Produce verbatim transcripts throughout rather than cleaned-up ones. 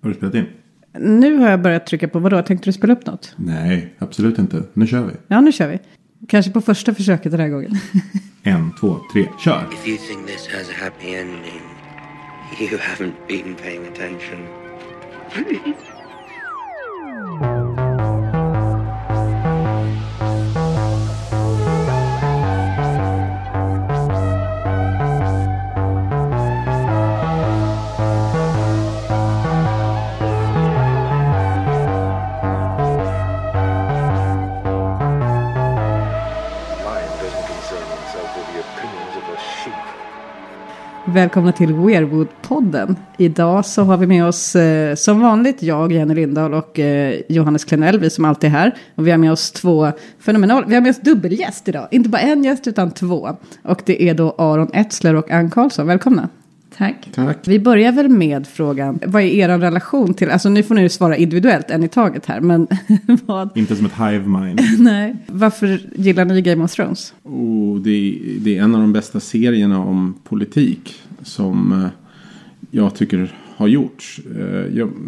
Har du spelat in? Nu har jag börjat trycka på vadå? Tänkte du spela upp något? Nej, absolut inte. Nu kör vi. Ja, nu kör vi. Kanske på första försöket den här gången. En, två, tre, kör! If you think this has a happy ending, you haven't been paying attention. Välkomna till Weirwood-podden. Idag så har vi med oss eh, som vanligt jag, Jenny Lindahl och eh, Johannes Klenell, vi som alltid är här. Och vi har med oss två fenomenal. Vi har med oss dubbelgäst idag. Inte bara en gäst utan två. Och det är då Aron Etzler och Ann Karlsson. Välkomna. Tack. Tack. Vi börjar väl med frågan, vad är er relation till, alltså nu får ni svara individuellt en i taget här, men vad? Inte som ett hive mind. Nej, varför gillar ni Game of Thrones? Oh, det, det är en av de bästa serierna om politik som eh, jag tycker har gjorts. Eh, jag,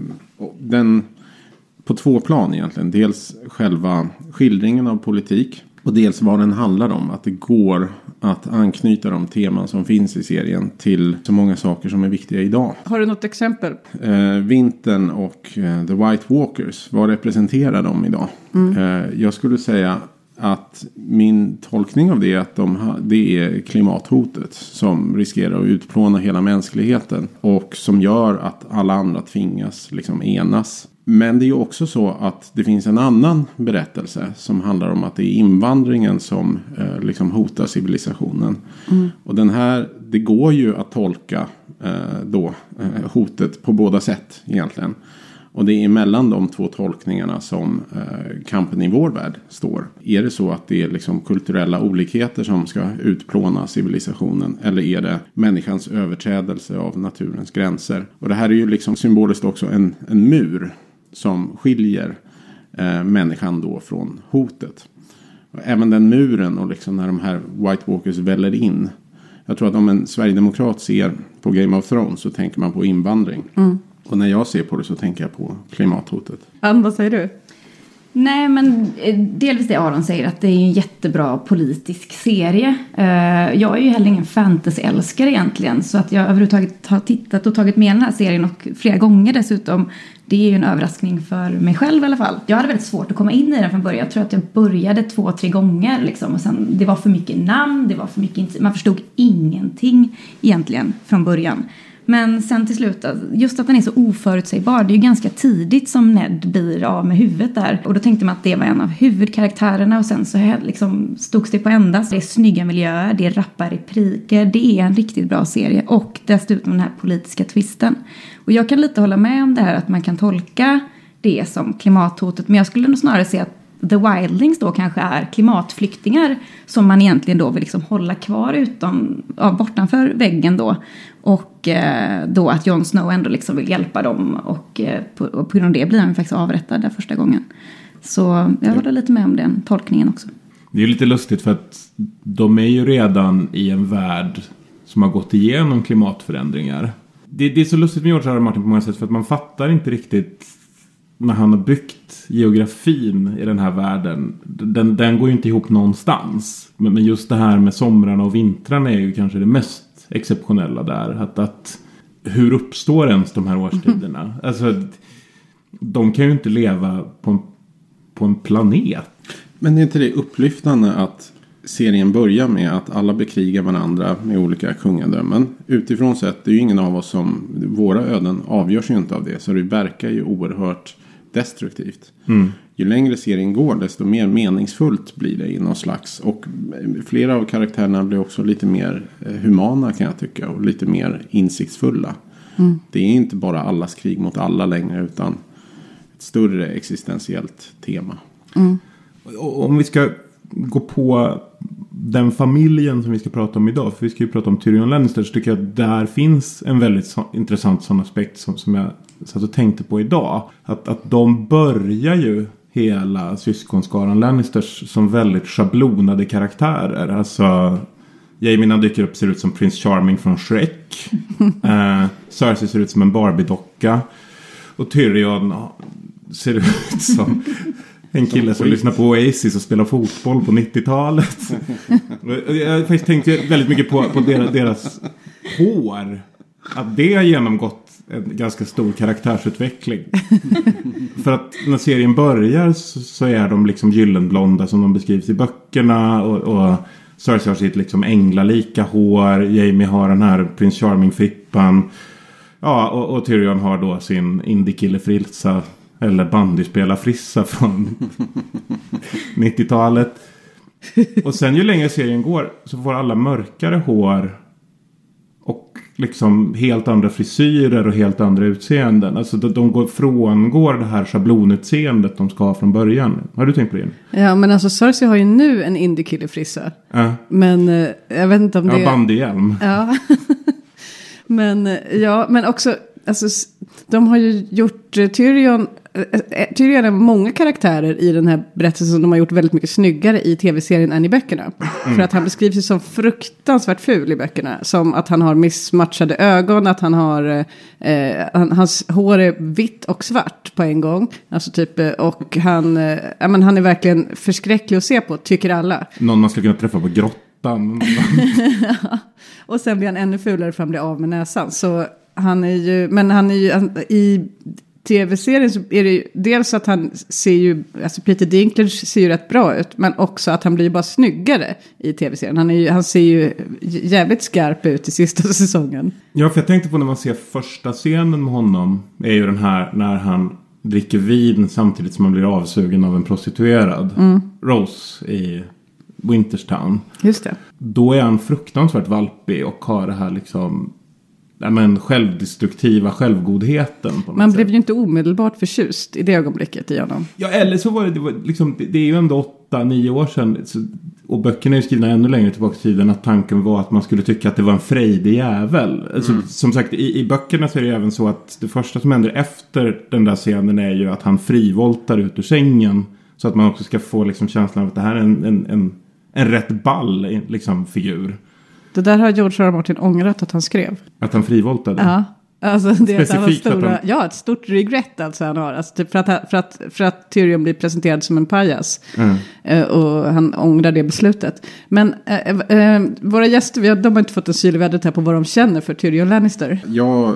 den på två plan egentligen. Dels själva skildringen av politik och dels vad den handlar om. Att det går att anknyta de teman som finns i serien till så många saker som är viktiga idag. Har du något exempel? Eh, vintern och eh, The White Walkers, vad representerar de idag? Mm. Eh, jag skulle säga att min tolkning av det är att de ha, det är klimathotet som riskerar att utplåna hela mänskligheten och som gör att alla andra tvingas liksom enas. Men det är ju också så att det finns en annan berättelse som handlar om att det är invandringen som eh, liksom hotar civilisationen. Mm. Och den här, det går ju att tolka eh, då eh, hotet på båda sätt egentligen. Och det är mellan de två tolkningarna som eh, kampen i vår värld står. Är det så att det är liksom kulturella olikheter som ska utplåna civilisationen? Eller är det människans överträdelse av naturens gränser? Och det här är ju liksom symboliskt också en, en mur som skiljer eh, människan då från hotet. Och även den muren och liksom när de här White Walkers väller in. Jag tror att om en sverigedemokrat ser på Game of Thrones så tänker man på invandring. Mm. Och när jag ser på det så tänker jag på klimathotet. Ann, vad säger du? Nej, men delvis det Aron säger, att det är en jättebra politisk serie. Jag är ju heller ingen fantasy-älskare egentligen, så att jag överhuvudtaget har tittat och tagit med den här serien och flera gånger dessutom. Det är ju en överraskning för mig själv i alla fall. Jag hade väldigt svårt att komma in i den från början. Jag tror att jag började två, tre gånger liksom. Och sen, det var för mycket namn, det var för mycket, man förstod ingenting egentligen från början. Men sen till slut, just att den är så oförutsägbar. Det är ju ganska tidigt som Ned blir av med huvudet där. Och då tänkte man att det var en av huvudkaraktärerna. Och sen så här liksom stogs det på ända. Det är snygga miljöer, det är rappa repliker. Det är en riktigt bra serie. Och dessutom den här politiska twisten. Och jag kan lite hålla med om det här att man kan tolka det som klimathotet. Men jag skulle nog snarare säga att The Wildlings då kanske är klimatflyktingar som man egentligen då vill liksom hålla kvar utom, ja, bortanför väggen då. Och eh, då att Jon Snow ändå liksom vill hjälpa dem och, eh, på, och på grund av det blir han faktiskt avrättad där första gången. Så jag håller lite med om den tolkningen också. Det är lite lustigt för att de är ju redan i en värld som har gått igenom klimatförändringar. Det, det är så lustigt med George R. R. Martin på många sätt för att man fattar inte riktigt när han har byggt geografin i den här världen. Den, den går ju inte ihop någonstans. Men, men just det här med somrarna och vintrarna är ju kanske det mest exceptionella där. Att, att hur uppstår ens de här årstiderna? Mm. Alltså, de kan ju inte leva på en, på en planet. Men är inte det upplyftande att serien börjar med att alla bekrigar varandra med olika kungadömen? Utifrån sett, det är ju ingen av oss som, våra öden avgörs ju inte av det. Så det verkar ju oerhört destruktivt. Mm. Ju längre serien går desto mer meningsfullt blir det i någon slags. Och flera av karaktärerna blir också lite mer humana kan jag tycka. Och lite mer insiktsfulla. Mm. Det är inte bara allas krig mot alla längre utan ett större existentiellt tema. Mm. Om vi ska gå på den familjen som vi ska prata om idag. För vi ska ju prata om Tyrion Lannister. Så tycker jag att där finns en väldigt så, intressant sån aspekt som, som jag satt och tänkte på idag. Att, att de börjar ju hela syskonskaran Lannisters som väldigt schablonade karaktärer. Alltså Jaime när dyker upp ser ut som Prince Charming från Shrek. eh, Cersei ser ut som en Barbie-docka. Och Tyrion ser ut som en kille som lyssnar på Oasis och spelar fotboll på nittiotalet. Jag har faktiskt tänkt väldigt mycket på, på deras, deras hår. Att det har genomgått en ganska stor karaktärsutveckling. För att när serien börjar så, så är de liksom gyllenblonda som de beskrivs i böckerna. Och, och Cersei har sitt liksom änglalika hår. Jaime har den här Prince Charming-frippan. Ja, och, och Tyrion har då sin indiekille-frilsa eller bandyspela-frissa från nittiotalet. Och sen ju längre serien går så får alla mörkare hår och liksom helt andra frisyrer och helt andra utseenden. Alltså de, de går frångår det här schablonutseendet de ska ha från början. Har du tänkt på det? Ja, men alltså Cersei har ju nu en indiekille-frissa. Ja. Men eh, jag vet inte om det... Ja, bandyhjälm. Ja. Men ja, men också alltså, de har ju gjort uh, Tyrion uh, Tyrion är många karaktärer i den här berättelsen som de har gjort väldigt mycket snyggare i tv-serien än i böckerna. Mm. För att han beskrivs ju som fruktansvärt ful i böckerna. Som att han har missmatchade ögon, att han har uh, han, hans hår är vitt och svart på en gång. Alltså typ, uh, och han, uh, ja, men han är verkligen förskräcklig att se på, tycker alla. Någon man ska kunna träffa på grottan. Ja. Och sen blir han ännu fulare för han blir av med näsan. Så han är ju, men han är ju, han, i tv-serien så är det ju dels att han ser ju, alltså Peter Dinklage ser ju rätt bra ut. Men också att han blir bara snyggare i tv-serien. Han, är ju, han ser ju jävligt skarp ut i sista säsongen. Ja, för jag tänkte på när man ser första scenen med honom. Är ju den här när han dricker vin samtidigt som man blir avsugen av en prostituerad. Mm. Rose i Winterstown. Just det. Då är han fruktansvärt valpig och har det här liksom, ja, men självdestruktiva självgodheten på något Man sätt. blev ju inte omedelbart förtjust i det ögonblicket i honom. Ja, eller så var det, det, var liksom, det, det är ju ändå åtta, nio år sedan så, och böckerna är ju skrivna ännu längre tillbaka i tiden att tanken var att man skulle tycka att det var en frejdig jävel. Mm. Alltså, som sagt, i, i böckerna så är det även så att det första som händer efter den där scenen är ju att han frivoltar ut ur sängen så att man också ska få liksom känslan av att det här är en, en, en En rätt ball liksom, figur. Det där har George R. R. Martin ångrat att han skrev. Att han frivoltade? Ja. Alltså det är Specifikt stora, att han... Ja, ett stort regret alltså han har. Alltså typ för, att, för, att, för att Tyrion blir presenterad som en pajas. Mm. Uh, och han ångrar det beslutet. Men uh, uh, våra gäster, vi har, de har inte fått en syl i vädret här på vad de känner för Tyrion Lannister. Jag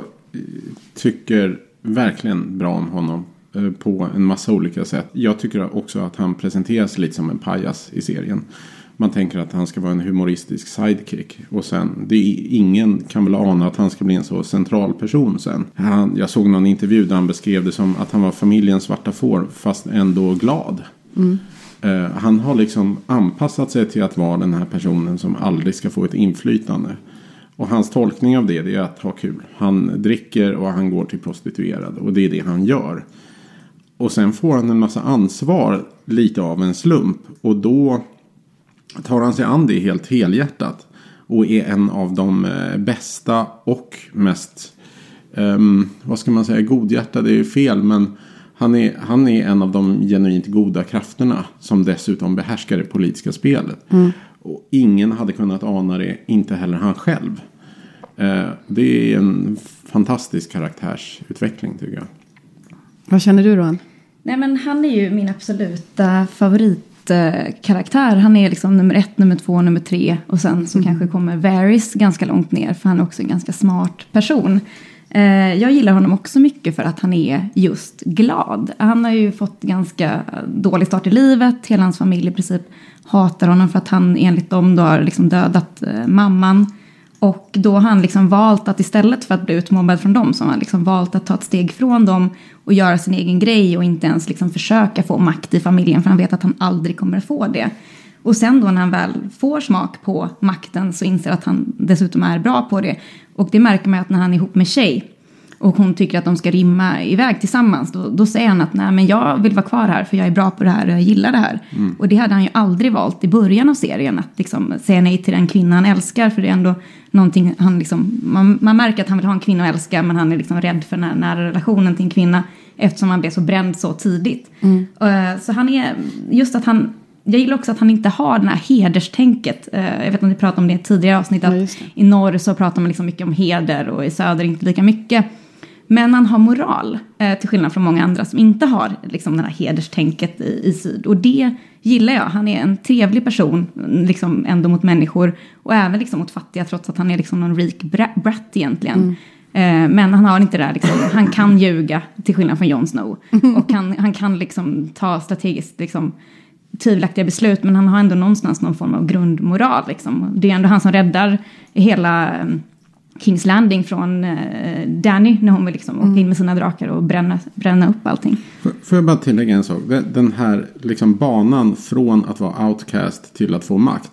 tycker verkligen bra om honom. På en massa olika sätt. Jag tycker också att han presenteras lite som en pajas i serien. Man tänker att han ska vara en humoristisk sidekick. Och sen, det är, ingen kan väl ana att han ska bli en så central person sen. Han, jag såg någon intervju där han beskrev det som att han var familjens svarta får fast ändå glad. Mm. Uh, han har liksom anpassat sig till att vara den här personen som aldrig ska få ett inflytande. Och hans tolkning av det, det är att ha kul. Han dricker och han går till prostituerade. Och det är det han gör. Och sen får han en massa ansvar lite av en slump. Och då tar han sig an det helt helhjärtat. Och är en av de bästa och mest, um, vad ska man säga, godhjärtade är ju fel. Men han är, han är en av de genuint goda krafterna som dessutom behärskar det politiska spelet. Mm. Och ingen hade kunnat ana det, inte heller han själv. Uh, det är en fantastisk karaktärsutveckling tycker jag. Vad känner du då, Ann? Nej, men han är ju min absoluta favoritkaraktär. Han är liksom nummer ett, nummer två, nummer tre. Och sen så mm. kanske kommer Varys ganska långt ner. För han är också en ganska smart person. Eh, jag gillar honom också mycket för att han är just glad. Han har ju fått ganska dålig start i livet. Hela hans familj i princip hatar honom för att han enligt dem då har liksom dödat eh, mamman. Och då har han liksom valt att istället för att bli utmobbad från dem så har han liksom valt att ta ett steg från dem och göra sin egen grej och inte ens liksom försöka få makt i familjen för han vet att han aldrig kommer att få det. Och sen då när han väl får smak på makten så inser att han dessutom är bra på det. Och det märker man att när han är ihop med tjej och hon tycker att de ska rimma iväg tillsammans. Då, då säger han att nej, men jag vill vara kvar här för jag är bra på det här och jag gillar det här. Mm. Och det hade han ju aldrig valt i början av serien. Att liksom säga nej till den kvinnan han älskar. För det är ändå någonting han liksom... Man, man märker att han vill ha en kvinna att älska men han är liksom rädd för den här nära relationen till en kvinna. Eftersom han blev så bränd så tidigt. Mm. Uh, så han är... Just att han... Jag gillar också att han inte har den här hederstänket. Uh, jag vet inte om vi pratade om det i tidigare avsnitt. Att ja, i norr så pratar man liksom mycket om heder och i söder inte lika mycket. Men han har moral, eh, till skillnad från många andra som inte har liksom, den här hederstänket i, i syd. Och det gillar jag. Han är en trevlig person liksom, ändå mot människor. Och även liksom, mot fattiga, trots att han är liksom, någon rik brat egentligen. Mm. Eh, men han har inte det där, liksom, han kan ljuga till skillnad från Jon Snow. Och han, han kan liksom, ta strategiskt liksom, tvivelaktiga beslut. Men han har ändå någonstans någon form av grundmoral. Liksom. Det är ändå han som räddar hela... Eh, Kings Landing från eh, Dany när hon vill liksom åka in med sina drakar och bränna, bränna upp allting. Får jag bara tillägga en sak? Den här liksom banan från att vara outcast till att få makt.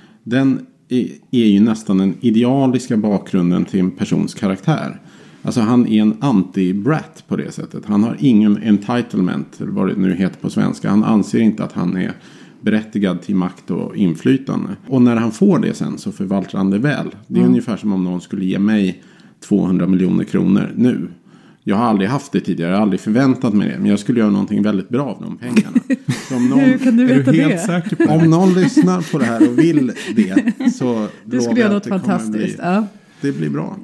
Den är, är ju nästan den idealiska bakgrunden till en persons karaktär. Alltså han är en anti-brat på det sättet. Han har ingen entitlement, vad det nu heter på svenska. Han anser inte att han är berättigad till makt och inflytande. Och när han får det sen så förvaltar han det väl. Det är mm. ungefär som om någon skulle ge mig tvåhundra miljoner kronor nu. Jag har aldrig haft det tidigare, jag har aldrig förväntat mig det. Men jag skulle göra någonting väldigt bra av de pengarna. Så om någon, Hur kan du veta är du helt det? Säker på det? Om någon lyssnar på det här och vill det så du skulle göra något fantastiskt. Bli, ja. Det blir bra.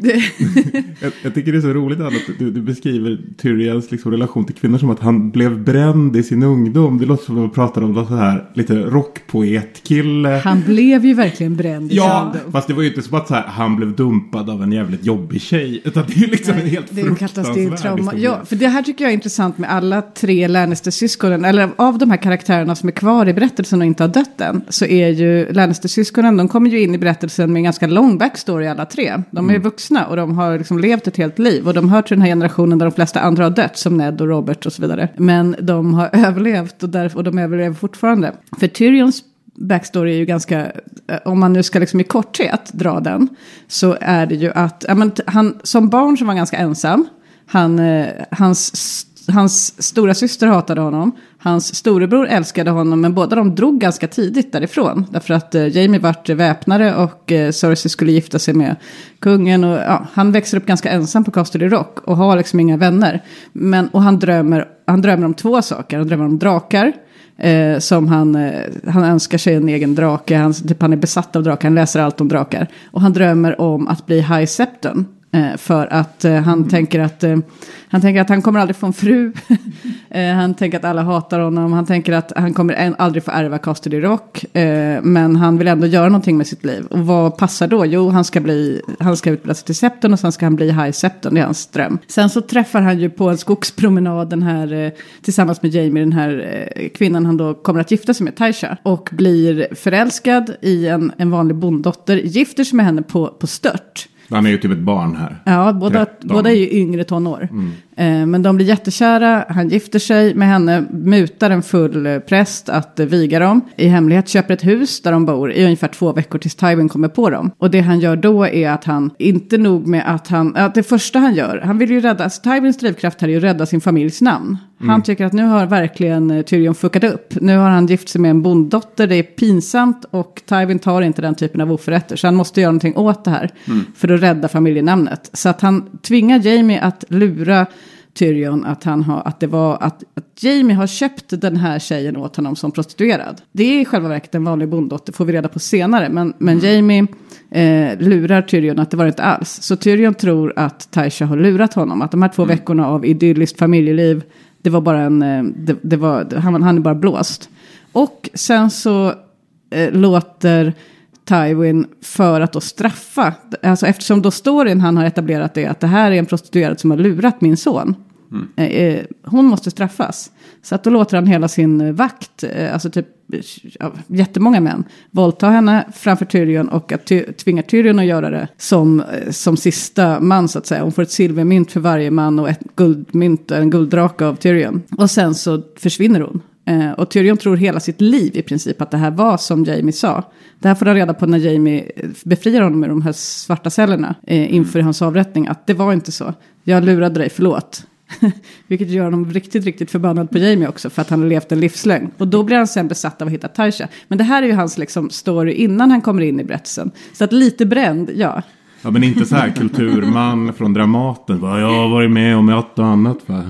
jag, jag tycker det är så roligt att du, du beskriver Tyrions liksom, relation till kvinnor som att han blev bränd i sin ungdom. Det låter som att man pratar om så här lite rockpoetkille. Han blev ju verkligen bränd i ja, sin ungdom. Fast det var ju inte som att så här, han blev dumpad av en jävligt jobbig tjej. Utan det är liksom Nej, en helt det är en fruktansvärd trauma. Ja, för det här tycker jag är intressant med alla tre Lannister-syskonen. Eller av de här karaktärerna som är kvar i berättelsen och inte har dött än. Så är ju Lannister-syskonen, de kommer ju in i berättelsen med en ganska lång backstory alla tre. De är mm. vuxna och de har liksom levt ett helt liv. Och de hör till den här generationen där de flesta andra har dött. Som Ned och Robert och så vidare. Men de har överlevt och, därför, och de överlever fortfarande. För Tyrions backstory är ju ganska, om man nu ska liksom i korthet dra den, så är det ju att ja, men, han, som barn så var han ganska ensam. Han, eh, hans, hans stora syster hatade honom. Hans storebror älskade honom, men båda de drog ganska tidigt därifrån. Därför att eh, Jaime vart väpnare och eh, Cersei skulle gifta sig med kungen. Och, ja, han växer upp ganska ensam på Casterly Rock och har liksom inga vänner. Men, och han drömmer, han drömmer om två saker. Han drömmer om drakar. Eh, som han, eh, han önskar sig en egen drake. Han, typ, han är besatt av drakar. Han läser allt om drakar. Och han drömmer om att bli High Septon. Eh, för att eh, han, mm. tänker att, eh, han tänker att han kommer aldrig få en fru. eh, han tänker att alla hatar honom. Han tänker att han kommer en, aldrig få ärva Casterly Rock. Eh, men han vill ändå göra någonting med sitt liv. Och vad passar då? Jo, han ska, bli, han ska utbilda sig till Septon och sen ska han bli High Septon. Det är hans dröm. Sen så träffar han ju på en skogspromenad den här, eh, tillsammans med Jaime, den här eh, kvinnan han då kommer att gifta sig med, Tysha. Och blir förälskad i en, en vanlig bonddotter. Gifter sig med henne på, på stört. Han är ju typ ett barn här. Ja, båda, båda är ju yngre tonår. Mm. Eh, men de blir jättekära. Han gifter sig med henne. Mutar en full eh, präst att eh, viga dem. I hemlighet köper ett hus där de bor i ungefär två veckor tills Tywin kommer på dem. Och det han gör då är att han, inte nog med att han, att det första han gör, han vill ju rädda, alltså Tywins drivkraft här är ju att rädda sin familjs namn. Han mm. tycker att nu har verkligen eh, Tyrion fuckat upp. Nu har han gift sig med en bonddotter. Det är pinsamt och Tywin tar inte den typen av oförrätter. Så han måste göra någonting åt det här mm. för att rädda familjenamnet. Så att han tvingar Jaime att lura Tyrion att, han har, att det var att, att Jaime har köpt den här tjejen åt honom som prostituerad. Det är i själva verket en vanlig bonddotter, får vi reda på senare. Men, men Jaime eh, lurar Tyrion att det var inte alls. Så Tyrion tror att Tysha har lurat honom. Att de här två mm. veckorna av idylliskt familjeliv, det var bara en, det, det var, han, han är bara blåst. Och sen så eh, låter Tywin för att då straffa. Alltså eftersom då storyn han har etablerat det att det här är en prostituerad som har lurat min son. Mm. Eh, hon måste straffas. Så att då låter han hela sin vakt, eh, alltså typ ja, jättemånga män, våldta henne framför Tyrion och att ty- tvinga Tyrion att göra det som, eh, som sista man så att säga. Hon får ett silvermynt för varje man och ett guldmynt, en gulddrake av Tyrion. Och sen så försvinner hon. Eh, och Tyrion tror hela sitt liv i princip att det här var som Jaime sa. Det här får han reda på när Jaime befriar honom med de här svarta cellerna eh, inför hans avrättning. Att det var inte så. Jag lurade dig, förlåt. Vilket gör honom riktigt, riktigt förbannad på Jaime också. För att han har levt en livslögn. Och då blir han sen besatt av att hitta Tysha. Men det här är ju hans liksom, story innan han kommer in i berättelsen. Så att lite bränd, ja. Ja, men inte så här kulturman från Dramaten. Va? Jag har varit med om ett och annat. Va?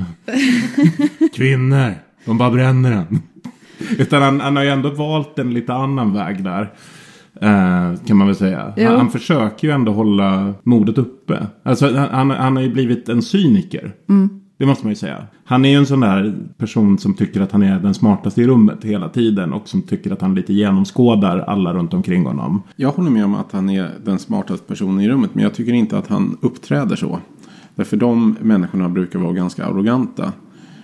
Kvinnor, de bara bränner den. Utan han, han har ju ändå valt en lite annan väg där. Uh, kan man väl säga. Han, han försöker ju ändå hålla modet uppe. Alltså han, han, han har ju blivit en cyniker. Mm. Det måste man ju säga. Han är ju en sån där person som tycker att han är den smartaste i rummet hela tiden. Och som tycker att han lite genomskådar alla runt omkring honom. Jag håller med om att han är den smartaste personen i rummet. Men jag tycker inte att han uppträder så. Därför de människorna brukar vara ganska arroganta.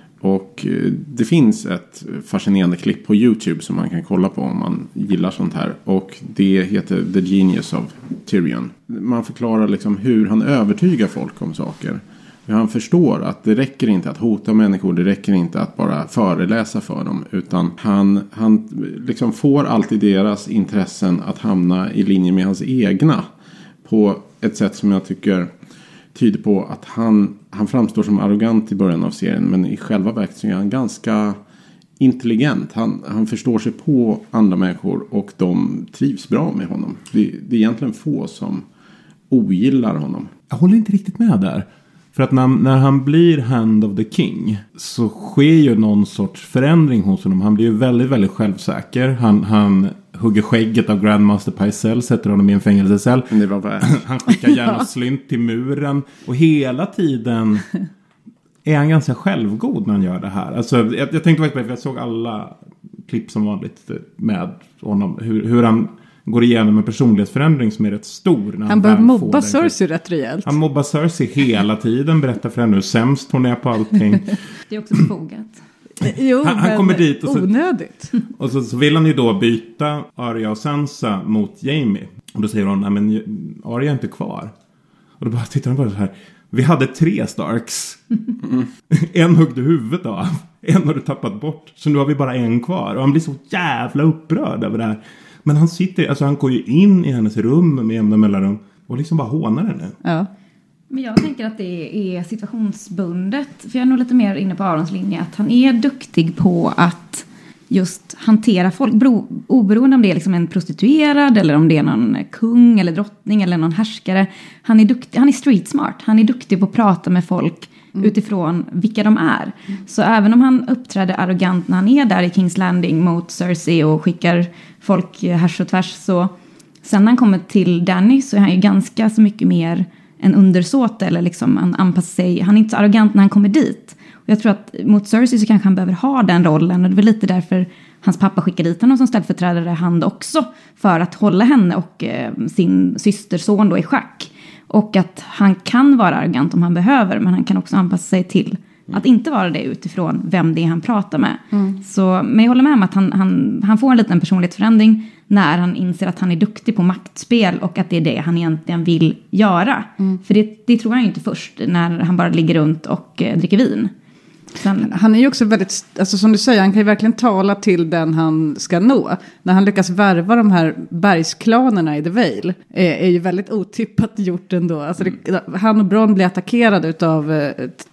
Och det finns ett fascinerande klipp på YouTube som man kan kolla på om man gillar sånt här. Och det heter The Genius of Tyrion. Man förklarar liksom hur han övertygar folk om saker. Hur han förstår att det räcker inte att hota människor. Det räcker inte att bara föreläsa för dem. Utan han, han liksom får alltid deras intressen att hamna i linje med hans egna. På ett sätt som jag tycker tyder på att han, han framstår som arrogant i början av serien. Men i själva verket så är han ganska intelligent. Han, han förstår sig på andra människor och de trivs bra med honom. Det, det är egentligen få som ogillar honom. Jag håller inte riktigt med där. För att när, när han blir Hand of the King så sker ju någon sorts förändring hos honom. Han blir ju väldigt, väldigt självsäker. Han, han hugger skägget av Grandmaster Pycelle, sätter honom i en fängelsecell. Det var värt. Han skickar gärna slynt till muren. Och hela tiden är han ganska självgod när han gör det här. Alltså, jag, jag tänkte faktiskt på det, för jag såg alla klipp som vanligt med honom. Hur, hur han går igenom en personlighetsförändring som är rätt stor. När han han börjar mobba Cersei rätt rejält. Han mobbar Cersei hela tiden. Berättar för henne hur sämst hon är på allting. Det är också befogat. Jo, han, han kommer dit och så, onödigt. Och så, så vill han ju då byta Arya och Sansa mot Jaime. Och då säger hon, nej men Arya är inte kvar. Och då bara tittar hon på det så här. Vi hade tre Starks. Mm. En högde huvudet av. En har du tappat bort. Så nu har vi bara en kvar. Och han blir så jävla upprörd över det här. Men han sitter, alltså han går ju in i hennes rum med jämna mellanrum och liksom bara hånar henne. Ja. Men jag tänker att det är situationsbundet. För jag är nog lite mer inne på Arons linje. Att han är duktig på att just hantera folk. Bro, oberoende om det är liksom en prostituerad eller om det är någon kung eller drottning eller någon härskare. Han är, duktig, han är street smart. Han är duktig på att prata med folk mm. utifrån vilka de är. Mm. Så även om han uppträder arrogant när han är där i King's Landing mot Cersei och skickar folk härs och tvärs, så sen när han kommer till Dany så är han ju ganska så mycket mer en undersåte eller liksom han anpassar sig. Han är inte så arrogant när han kommer dit. Och jag tror att mot Cersei så kanske han behöver ha den rollen, och det var lite därför hans pappa skickade dit honom som ställföreträdare Hand också, för att hålla henne och eh, sin systerson då i schack. Och att han kan vara arrogant om han behöver, men han kan också anpassa sig till att inte vara det utifrån vem det är han pratar med. Mm. Så, men jag håller med om att han, han, han får en liten personlighetsförändring när han inser att han är duktig på maktspel och att det är det han egentligen vill göra. Mm. För det, det tror han ju inte först när han bara ligger runt och eh, dricker vin. Sen... Han är ju också väldigt, alltså som du säger, han kan ju verkligen tala till den han ska nå. När han lyckas värva de här bergsklanerna i The Vale är, är ju väldigt otippat gjort ändå. Alltså det, han och Bronn blir attackerade av eh,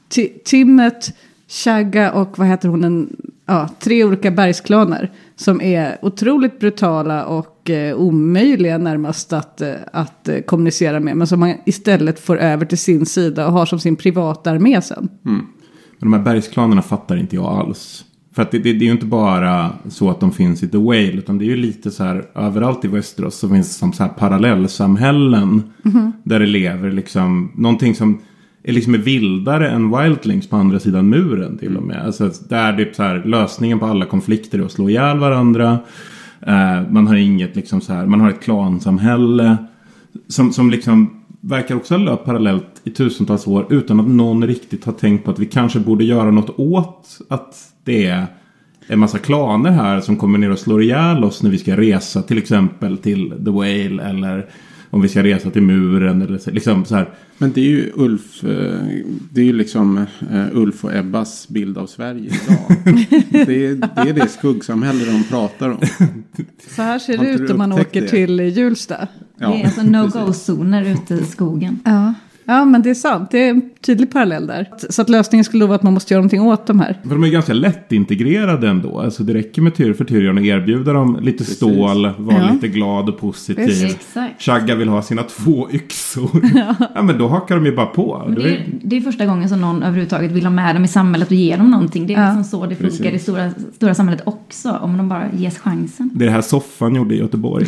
Timmet, Shagga och vad heter hon, en, ja, tre olika bergsklaner som är otroligt brutala och eh, omöjliga närmast att, eh, att eh, kommunicera med, men som man istället får över till sin sida och har som sin privata armé sen. Mm. Men de här bergsklanerna fattar inte jag alls. För att det, det, det är ju inte bara så att de finns i The Whale, utan det är ju lite så här, överallt i Westeros så finns det som så här parallellsamhällen mm-hmm. där det lever liksom någonting som är liksom vildare än wildlings på andra sidan muren till och med. Alltså där det är så här, lösningen på alla konflikter är att slå ihjäl varandra. Uh, man har inget liksom så här, man har ett klansamhälle som, som liksom verkar också ha löpt parallellt i tusentals år utan att någon riktigt har tänkt på att vi kanske borde göra något åt att det är en massa klaner här som kommer ner och slår ihjäl oss när vi ska resa till exempel till The Whale eller om vi ska resa till muren eller liksom så här. Men det är ju Ulf, det är ju liksom Ulf och Ebbas bild av Sverige idag. det, är, det är det skuggsamhälle de pratar om. Så här ser det ut om man åker det? till Julsta. Ja, det är alltså no-go-zoner ute i skogen. Ja. Ja, men det är sant. Det är en tydlig parallell där. Så att lösningen skulle vara att man måste göra någonting åt de här. För de är ganska lätt integrerade ändå. Alltså det räcker med Tyr för Tyrion att erbjuda dem lite Precis. stål. Vara ja. lite glad och positiv. Shagga vill ha sina två yxor. Ja. Ja, men då hakar de ju bara på. Det är, det är första gången som någon överhuvudtaget vill ha med dem i samhället och ge dem någonting. Det är ja. liksom så det funkar i stora, stora samhället också. Om de bara ges chansen. Det är det här soffan gjorde i Göteborg.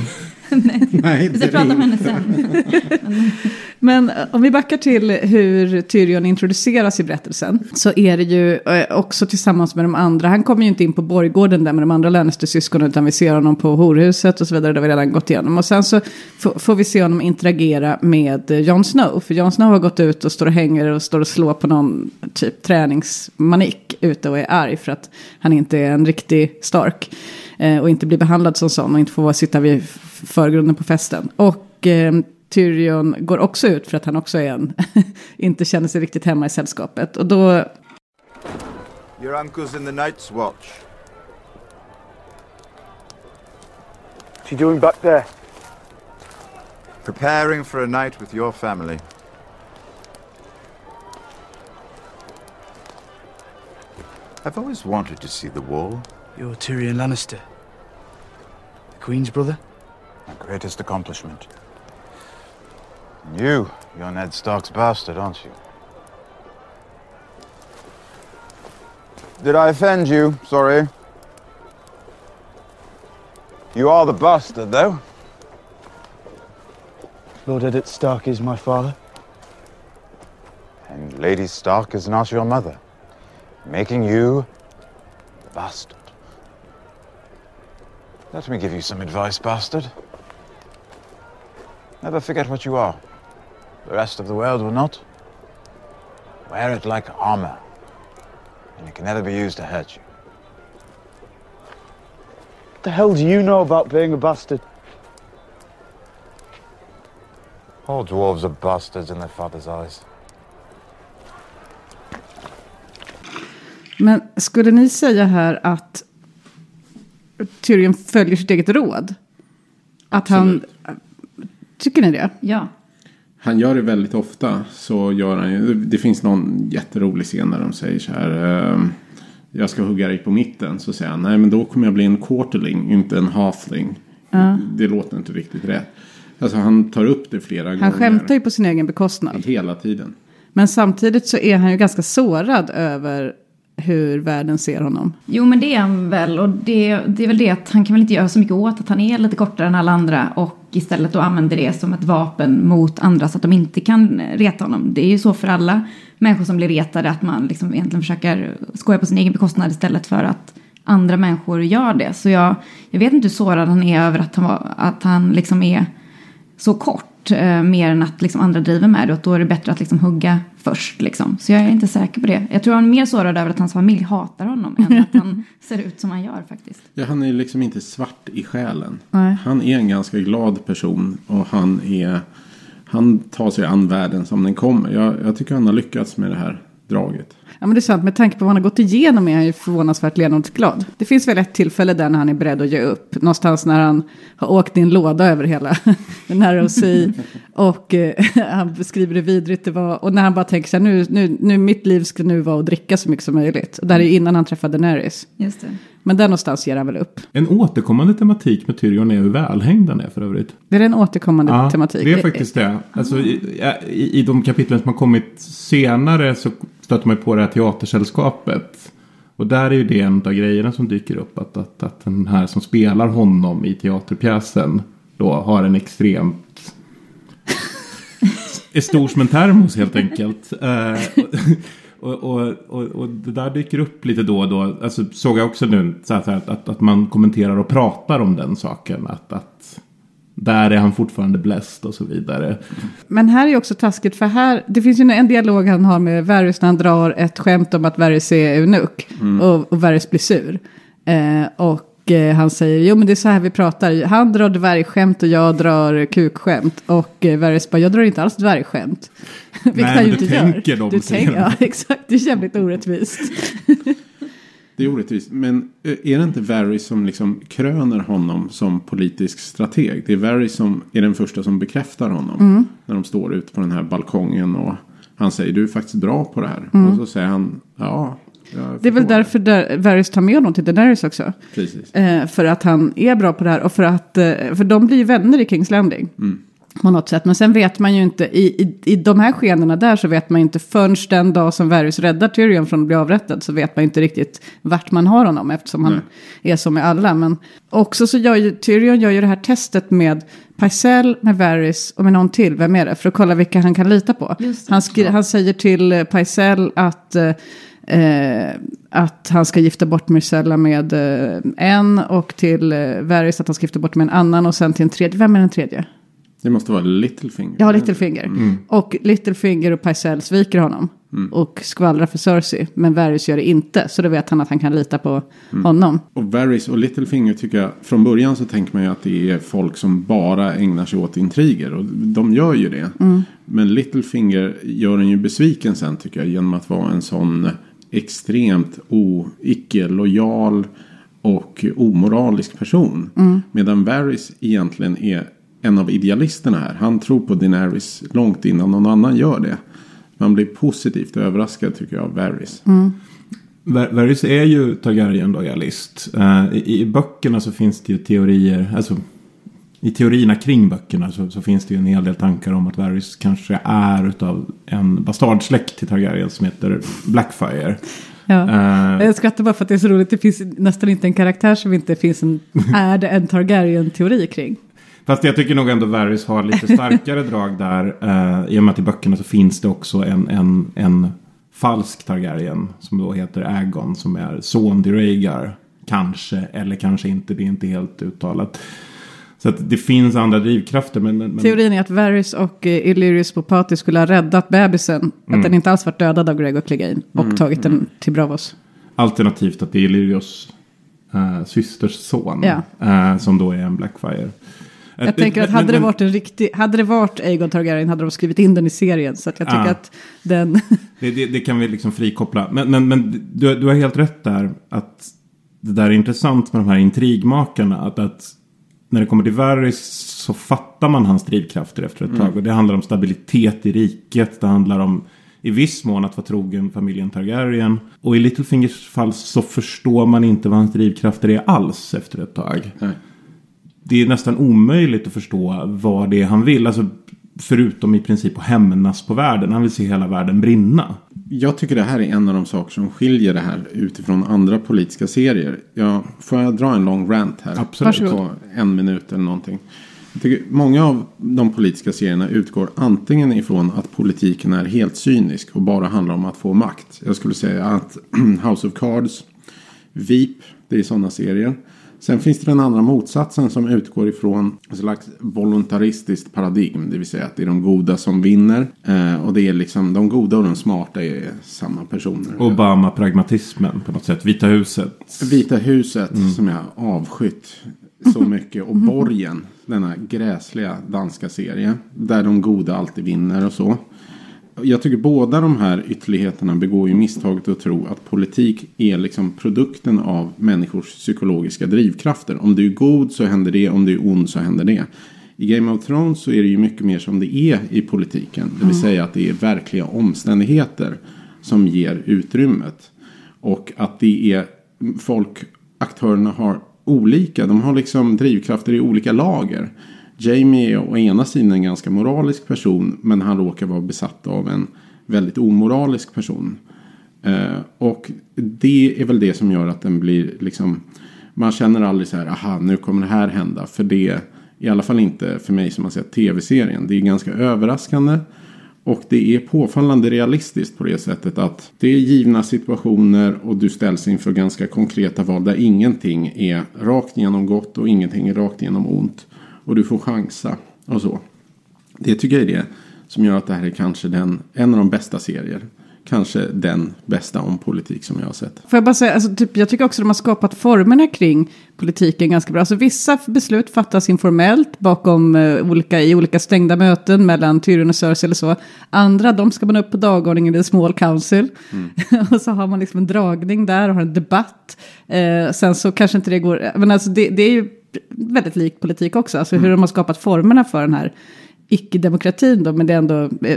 Nej, Nej, vi ska prata med henne sen. Men om vi backar till hur Tyrion introduceras i berättelsen så är det ju också tillsammans med de andra. Han kommer ju inte in på borggården där med de andra Lannister-syskonen utan vi ser honom på horhuset och så vidare. Det har vi redan gått igenom. Och sen så f- får vi se honom interagera med Jon Snow. För Jon Snow har gått ut och står och hänger och står och slår på någon typ träningsmanik ute och är arg för att han inte är en riktig Stark. Eh, och inte blir behandlad som sån och inte får sitta vid förgrunden på festen. Och eh, Tyrion går också ut för att han också är en inte känner sig riktigt hemma i sällskapet. Och då... Your uncle's in the Night's Watch. What's he doing back there? Preparing for a night with your family. I've always wanted to see the Wall. You're Tyrion Lannister. The Queen's brother? My greatest accomplishment. And you, you're Ned Stark's bastard, aren't you? Did I offend you? Sorry. You are the bastard, though. Lord Eddard Stark is my father. And Lady Stark is not your mother, making you the bastard. Let me give you some advice, bastard. Never forget what you are. The rest of the world will not. Wear it like armor, and it can never be used to hurt you. What the hell do you know about being a bastard? All dwarves are bastards in their father's eyes. Men skulle ni säga här att Tyrion följer sitt eget råd? Att Absolut. han... Tycker ni det? Ja. Han gör det väldigt ofta. Så gör han ju, det finns någon jätterolig scen där de säger så här. Eh, jag ska hugga dig på mitten. Så säger han, nej men då kommer jag bli en quarterling, inte en halfling. Ja. Det låter inte riktigt rätt. Alltså han tar upp det flera gånger. Han skämtar ju på sin egen bekostnad. Hela tiden. Men samtidigt så är han ju ganska sårad över hur världen ser honom. Jo, men det är han väl. Och det, det är väl det att han kan väl inte göra så mycket åt att han är lite kortare än alla andra. Och istället då använder det som ett vapen mot andra så att de inte kan reta honom. Det är ju så för alla människor som blir retade att man liksom egentligen försöker skoja på sin egen bekostnad istället för att andra människor gör det. Så jag, jag vet inte hur sårad han är över att han, var, att han liksom är så kort. Eh, mer än att liksom andra driver med det. Och då är det bättre att liksom hugga först. Liksom. Så jag är inte säker på det. Jag tror han är mer sårad över att hans familj hatar honom. Än att han ser ut som han gör faktiskt. Ja, han är liksom inte svart i själen. Nej. Han är en ganska glad person. Och han är... Han tar sig an världen som den kommer. Jag, jag tycker han har lyckats med det här draget. Ja, men det är sant. Med tanke på vad han har gått igenom är han ju förvånansvärt ledningsglad. Det finns väl ett tillfälle där när han är beredd att ge upp. Någonstans när han har åkt i en låda över hela den här och sig. Och eh, han beskriver det vidrigt det var. Och när han bara tänker så här, nu, nu, nu mitt liv ska nu vara att dricka så mycket som möjligt. Och där är innan han träffade Daenerys. Just det. Men där någonstans ger han väl upp. En återkommande tematik med Tyrion är hur välhängd han är för övrigt. Det är en återkommande Ja, tematik. det är faktiskt det. Alltså, i, i, I de kapitlen som har kommit senare så stöter man på det här teatersällskapet. Och där är ju det en av grejerna som dyker upp. Att, att, att den här som spelar honom i teaterpjäsen då har en extremt... är stor som en termos helt enkelt. Uh, och, och, och, och det där dyker upp lite då och då. Alltså såg jag också nu så här, att, att, att man kommenterar och pratar om den saken. Att... att där är han fortfarande bläst och så vidare. Men här är också taskigt för här, det finns ju en dialog han har med Varys när han drar ett skämt om att Varys är eunuck mm. och, och Varys blir sur. Eh, och eh, han säger, jo men det är så här vi pratar. Han drar dvärgskämt och jag drar kukskämt. Och eh, Varys bara, jag drar inte alls dvärgskämt. Vilket Nej, han ju men inte du tänker gör. dem, Du säger tänker, de. ja, exakt. Det är jävligt orättvist. Det är orättvist. Men är det inte Varys som liksom kröner honom som politisk strateg? Det är Varys som är den första som bekräftar honom. Mm. När de står ute på den här balkongen och han säger, du är faktiskt bra på det här. Mm. Och så säger han, ja... Det är väl därför där Varys tar med honom till Daenerys också. Precis. Eh, för att han är bra på det här. Och för att, eh, för de blir ju vänner i King's Landing. Mm. på något sätt. Men sen vet man ju inte, i, i, i de här skenorna där så vet man inte förrän den dag som Varys räddar Tyrion från att bli avrättad, så vet man inte riktigt vart man har honom, eftersom han Nej. är som med alla. Men också så gör ju Tyrion gör ju det här testet med Pycelle, med Varys och med någon till, vem är det? För att kolla vilka han kan lita på. Han, skri- ja. han säger till Pycelle att Eh, att han ska gifta bort Myrcella med eh, en, och till eh, Varys att han ska gifta bort med en annan, och sen till en tredje. Vem är den tredje? Det måste vara Littlefinger. Ja, Littlefinger. Mm. Och Littlefinger och Pycelle sviker honom mm. och skvallrar för Cersei, men Varys gör det inte, så då vet han att han kan lita på mm. honom. Och Varys och Littlefinger tycker jag, från början så tänker man ju att det är folk som bara ägnar sig åt intriger, och de gör ju det. Mm. Men Littlefinger gör en ju besviken sen, tycker jag, genom att vara en sån extremt o, icke-lojal och omoralisk person. Mm. Medan Varys egentligen är en av idealisterna här. Han tror på Daenerys långt innan någon annan gör det. Man blir positivt överraskad, tycker jag, av Varys. Mm. Varys är ju Targaryen-lojalist. Uh, i, I böckerna så finns det ju teorier, alltså i teorierna kring böckerna så, så finns det ju en hel del tankar om att Varys kanske är utav en bastardsläkt till Targaryen som heter Blackfire. Ja. Uh, jag skrattar bara för att det är så roligt. Det finns nästan inte en karaktär som inte finns en, är det en Targaryen-teori kring. Fast jag tycker nog ändå Varys har lite starkare drag där. Uh, I och med att i böckerna så finns det också en, en, en falsk Targaryen som då heter Aegon, som är son till Rhaegar. Kanske, eller kanske inte. Det är inte helt uttalat. Så att det finns andra drivkrafter. Men, men... Teorin är att Varys och uh, Illyrius Mopatis skulle ha räddat bebisen. Mm. Att den inte alls varit dödad av Gregor Clegane. Och mm. tagit den till Bravos. Alternativt att det är Illyrius uh, systers son. Ja. Uh, som då är en Blackfire. Jag uh, tänker att hade men, det varit en riktig... Hade det varit Aegon Targaryen hade de skrivit in den i serien. Så att jag tycker uh, att den... det, det, det kan vi liksom frikoppla. Men, men, men du, du har helt rätt där. Att det där är intressant med de här intrigmakarna. Att... att när det kommer till Varys så fattar man hans drivkrafter efter ett tag. Mm. Och det handlar om stabilitet i riket. Det handlar om i viss mån att vara trogen familjen Targaryen. Och i Littlefingers fall så förstår man inte vad hans drivkrafter är alls efter ett tag. Nej. Det är nästan omöjligt att förstå vad det är han vill. Alltså förutom i princip att hämnas på världen. Han vill se hela världen brinna. Jag tycker det här är en av de saker som skiljer det här utifrån andra politiska serier. Jag, får jag dra en lång rant här? Absolut. På en minut eller någonting. Jag tycker många av de politiska serierna utgår antingen ifrån att politiken är helt cynisk och bara handlar om att få makt. Jag skulle säga att House of Cards, V I P, det är sådana serier. Sen finns det den andra motsatsen som utgår ifrån en slags voluntaristiskt paradigm. Det vill säga att det är de goda som vinner. Eh, och det är liksom de goda och de smarta är samma personer. Obama-pragmatismen på något sätt. Vita huset. Vita huset mm. som jag avskytt så mycket. Och Borgen, denna gräsliga danska serie. Där de goda alltid vinner och så. Jag tycker båda de här ytterligheterna begår ju misstaget att tro att politik är liksom produkten av människors psykologiska drivkrafter. Om du är god så händer det, om du är ond så händer det. I Game of Thrones så är det ju mycket mer som det är i politiken. Det vill mm. säga att det är verkliga omständigheter som ger utrymmet. Och att det är folk, aktörerna har olika, de har liksom drivkrafter i olika lager. Jamie är å ena sidan en ganska moralisk person, men han råkar vara besatt av en väldigt omoralisk person. Eh, och det är väl det som gör att den blir liksom, man känner aldrig så här, aha, nu kommer det här hända. För det, i alla fall inte för mig som har sett tv-serien. Det är ganska överraskande och det är påfallande realistiskt på det sättet att det är givna situationer och du ställs inför ganska konkreta val där ingenting är rakt igenom gott och ingenting är rakt igenom ont. Och du får chansa och så. Det tycker jag är det som gör att det här är kanske den, en av de bästa serier. Kanske den bästa om politik som jag har sett. Får jag bara säga, alltså, typ, jag tycker också att de har skapat formerna kring politiken ganska bra. Alltså vissa beslut fattas informellt bakom uh, olika, i olika stängda möten mellan Tyrion och Cersei eller så. Andra, de ska man upp på dagordningen i The Small Council. Mm. Och så har man liksom en dragning där och har en debatt. Uh, sen så kanske inte det går, men alltså det, det är ju väldigt lik politik också. Alltså hur mm. de har skapat formerna för den här icke-demokratin då, men det är ändå, ja.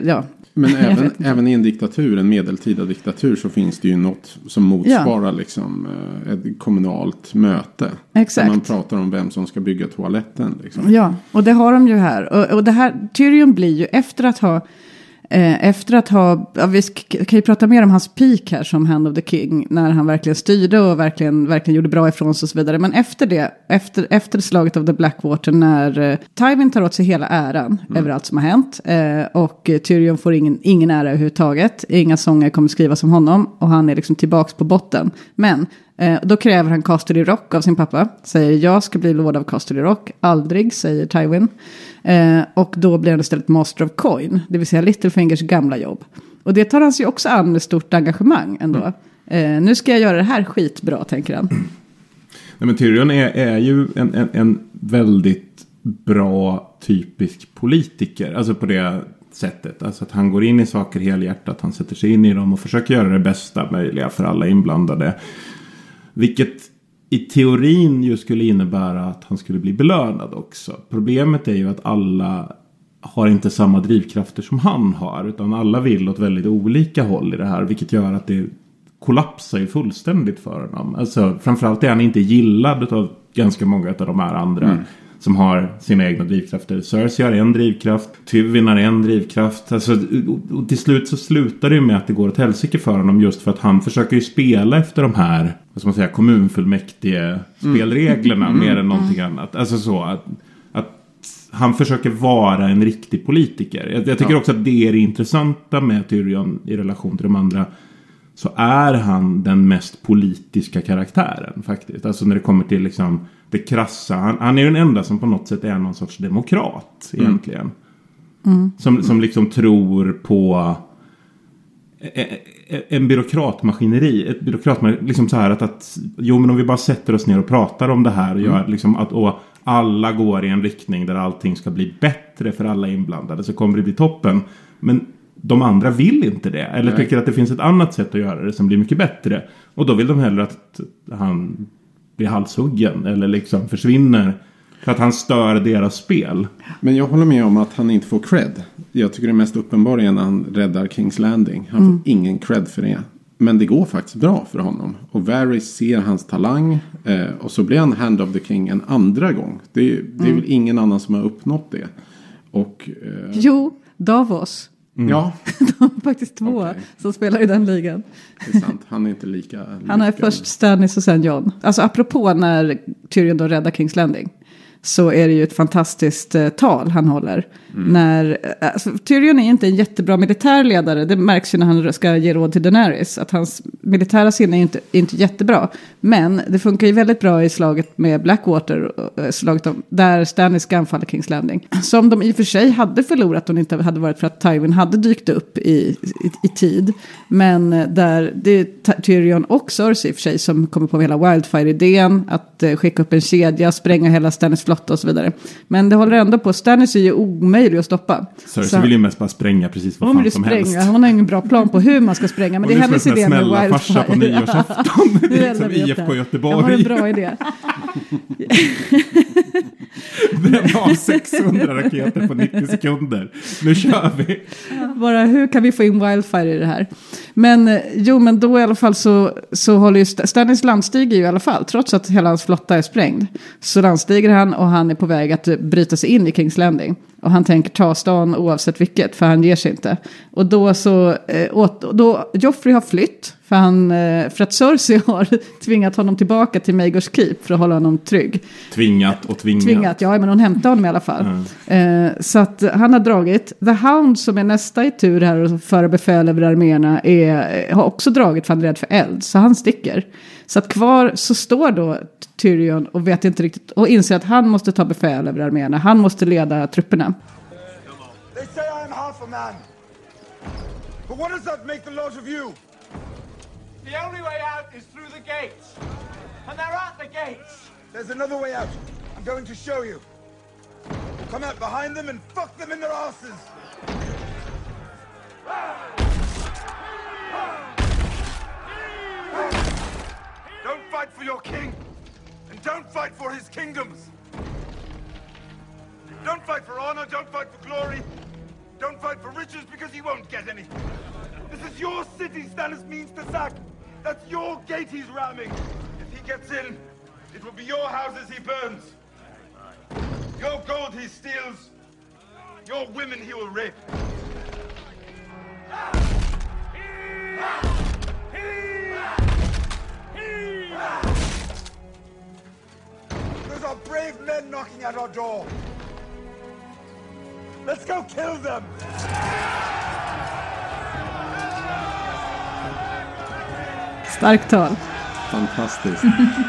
Men även, även i en diktatur, en medeltida diktatur, så finns det ju något som motsvarar ja. liksom, ett kommunalt möte. Exakt. Där man pratar om vem som ska bygga toaletten. Liksom. Ja, och det har de ju här. Och, och det här, Tyrion blir ju efter att ha Efter att ha, ja, vi kan ju prata mer om hans peak här som Hand of the King, när han verkligen styrde och verkligen, verkligen gjorde bra ifrån sig och så vidare. Men efter det, efter, efter slaget av The Blackwater, när uh, Tywin tar åt sig hela äran mm. över allt som har hänt uh, och Tyrion får ingen, ingen ära överhuvudtaget. Inga sånger kommer skrivas om honom och han är liksom tillbaks på botten. Men uh, då kräver han Casterly Rock av sin pappa. Säger jag ska bli lord av Casterly Rock. Aldrig, säger Tywin. Eh, och då blir han istället Master of Coin, det vill säga Littlefingers gamla jobb. Och det tar han sig också an med stort engagemang ändå. Mm. Eh, nu ska jag göra det här skitbra, tänker han. Nej, men Tyrion är, är ju en, en, en väldigt bra typisk politiker. Alltså på det sättet. Alltså att han går in i saker helhjärtat, han sätter sig in i dem och försöker göra det bästa möjliga för alla inblandade. Vilket i teorin ju skulle innebära att han skulle bli belönad också. Problemet är ju att alla har inte samma drivkrafter som han har. Utan alla vill åt väldigt olika håll i det här. Vilket gör att det kollapsar ju fullständigt för honom. Alltså framförallt är han inte gillad av ganska många av de här andra. Mm. Som har sina egna drivkrafter. Cersei har en drivkraft. Tywin har en drivkraft. Alltså, och till slut så slutar det med att det går åt helsike för honom. Just för att han försöker ju spela efter de här, vad ska man säga, kommunfullmäktige spelreglerna. Mm. Mer än någonting mm. annat. Alltså så att, att han försöker vara en riktig politiker. Jag, jag tycker ja. också att det är det intressanta med Tyrion i relation till de andra. Så är han den mest politiska karaktären faktiskt. Alltså när det kommer till liksom det krassa. Han, han är den enda som på något sätt är någon sorts demokrat egentligen. Mm. Som, som liksom tror på en byråkratmaskineri. Ett byråkratmaskineri. Liksom så här att, att jo men om vi bara sätter oss ner och pratar om det här. Och gör liksom att och alla går i en riktning där allting ska bli bättre för alla inblandade. Så kommer det bli toppen. Men de andra vill inte det. Eller Nej. tycker att det finns ett annat sätt att göra det som blir mycket bättre. Och då vill de hellre att han blir halshuggen. Eller liksom försvinner. För att han stör deras spel. Men jag håller med om att han inte får cred. Jag tycker det är mest uppenbart är när han räddar King's Landing. Han mm. får ingen cred för det. Men det går faktiskt bra för honom. Och Varys ser hans talang. Eh, och så blir han Hand of the King en andra gång. Det, det är mm. väl ingen annan som har uppnått det. Och, eh... Jo, Davos. Mm. Ja. De är faktiskt två okay. som spelar i den ligan. Det är sant, han är inte lika... Han är först Stannis och sen Jon. Alltså apropå när Tyrion då räddar King's Landing. Så är det ju ett fantastiskt eh, tal han håller. Mm. När, alltså, Tyrion är inte en jättebra militärledare. Det märks ju när han ska ge råd till Daenerys. Att hans militära sinne är inte, inte jättebra. Men det funkar ju väldigt bra i slaget med Blackwater. Äh, slaget om, där Stannis ska anfalla King's Landing. Som de i och för sig hade förlorat om det inte hade varit för att Tywin hade dykt upp i, i, i tid. Men där det är Tyrion och Cersei i och för sig som kommer på hela Wildfire-idén. Att eh, skicka upp en kedja, spränga hela Stannis flotta och så vidare. Men det håller ändå på. Stannis är ju omöjlig att stoppa. Cersei så vill ju mest bara spränga precis vad fan som spränga. helst. Hon har ingen bra plan på hur man ska spränga. Men det är hennes idé med Wildfire. Farsa på nyårsafton. Det är liksom I F K Göteborg. Jag har en bra idé. Bränna av sexhundra raketer på nittio sekunder. Nu kör vi. Bara hur kan vi få in Wildfire i det här? Men jo, men då i alla fall så, så håller ju Stannis landstiger ju i alla fall. Trots att hela hans flotta är sprängd. Så landstiger han och han är på väg att bryta sig in i King's Landing. Och han tänker ta stan oavsett vilket, för han ger sig inte. Och då så, eh, åt, då Joffrey har flytt, för, han, eh, för att Cersei har tvingat honom tillbaka till Maegors Keep för att hålla honom trygg. Tvingat och tvingat. Tvingat, ja, men hon hämtar honom i alla fall. Mm. Eh, så att han har dragit. The Hound som är nästa i tur här och föra befäl över arméerna är, har också dragit för han är rädd för eld, så han sticker. Så att kvar så står då Tyrion och vet inte riktigt och inser att han måste ta befäl över arméerna. Han måste leda trupperna. They say I am half a man. But what does that make the lot of you? The only way out is through the gates. And they're at the gates. There's another way out. I'm going to show you. Come out behind them and fuck them in their asses. Don't fight for your king. And don't fight for his kingdoms. Don't fight for honor, don't fight for glory. Don't fight for riches because you won't get any. This is your city Stannis means to sack. That's your gate he's ramming. If he gets in, it will be your houses he burns. Your gold he steals. Your women he will rape. Those are brave men knocking at our door. Let's go kill them! Starkt tal. Fantastiskt.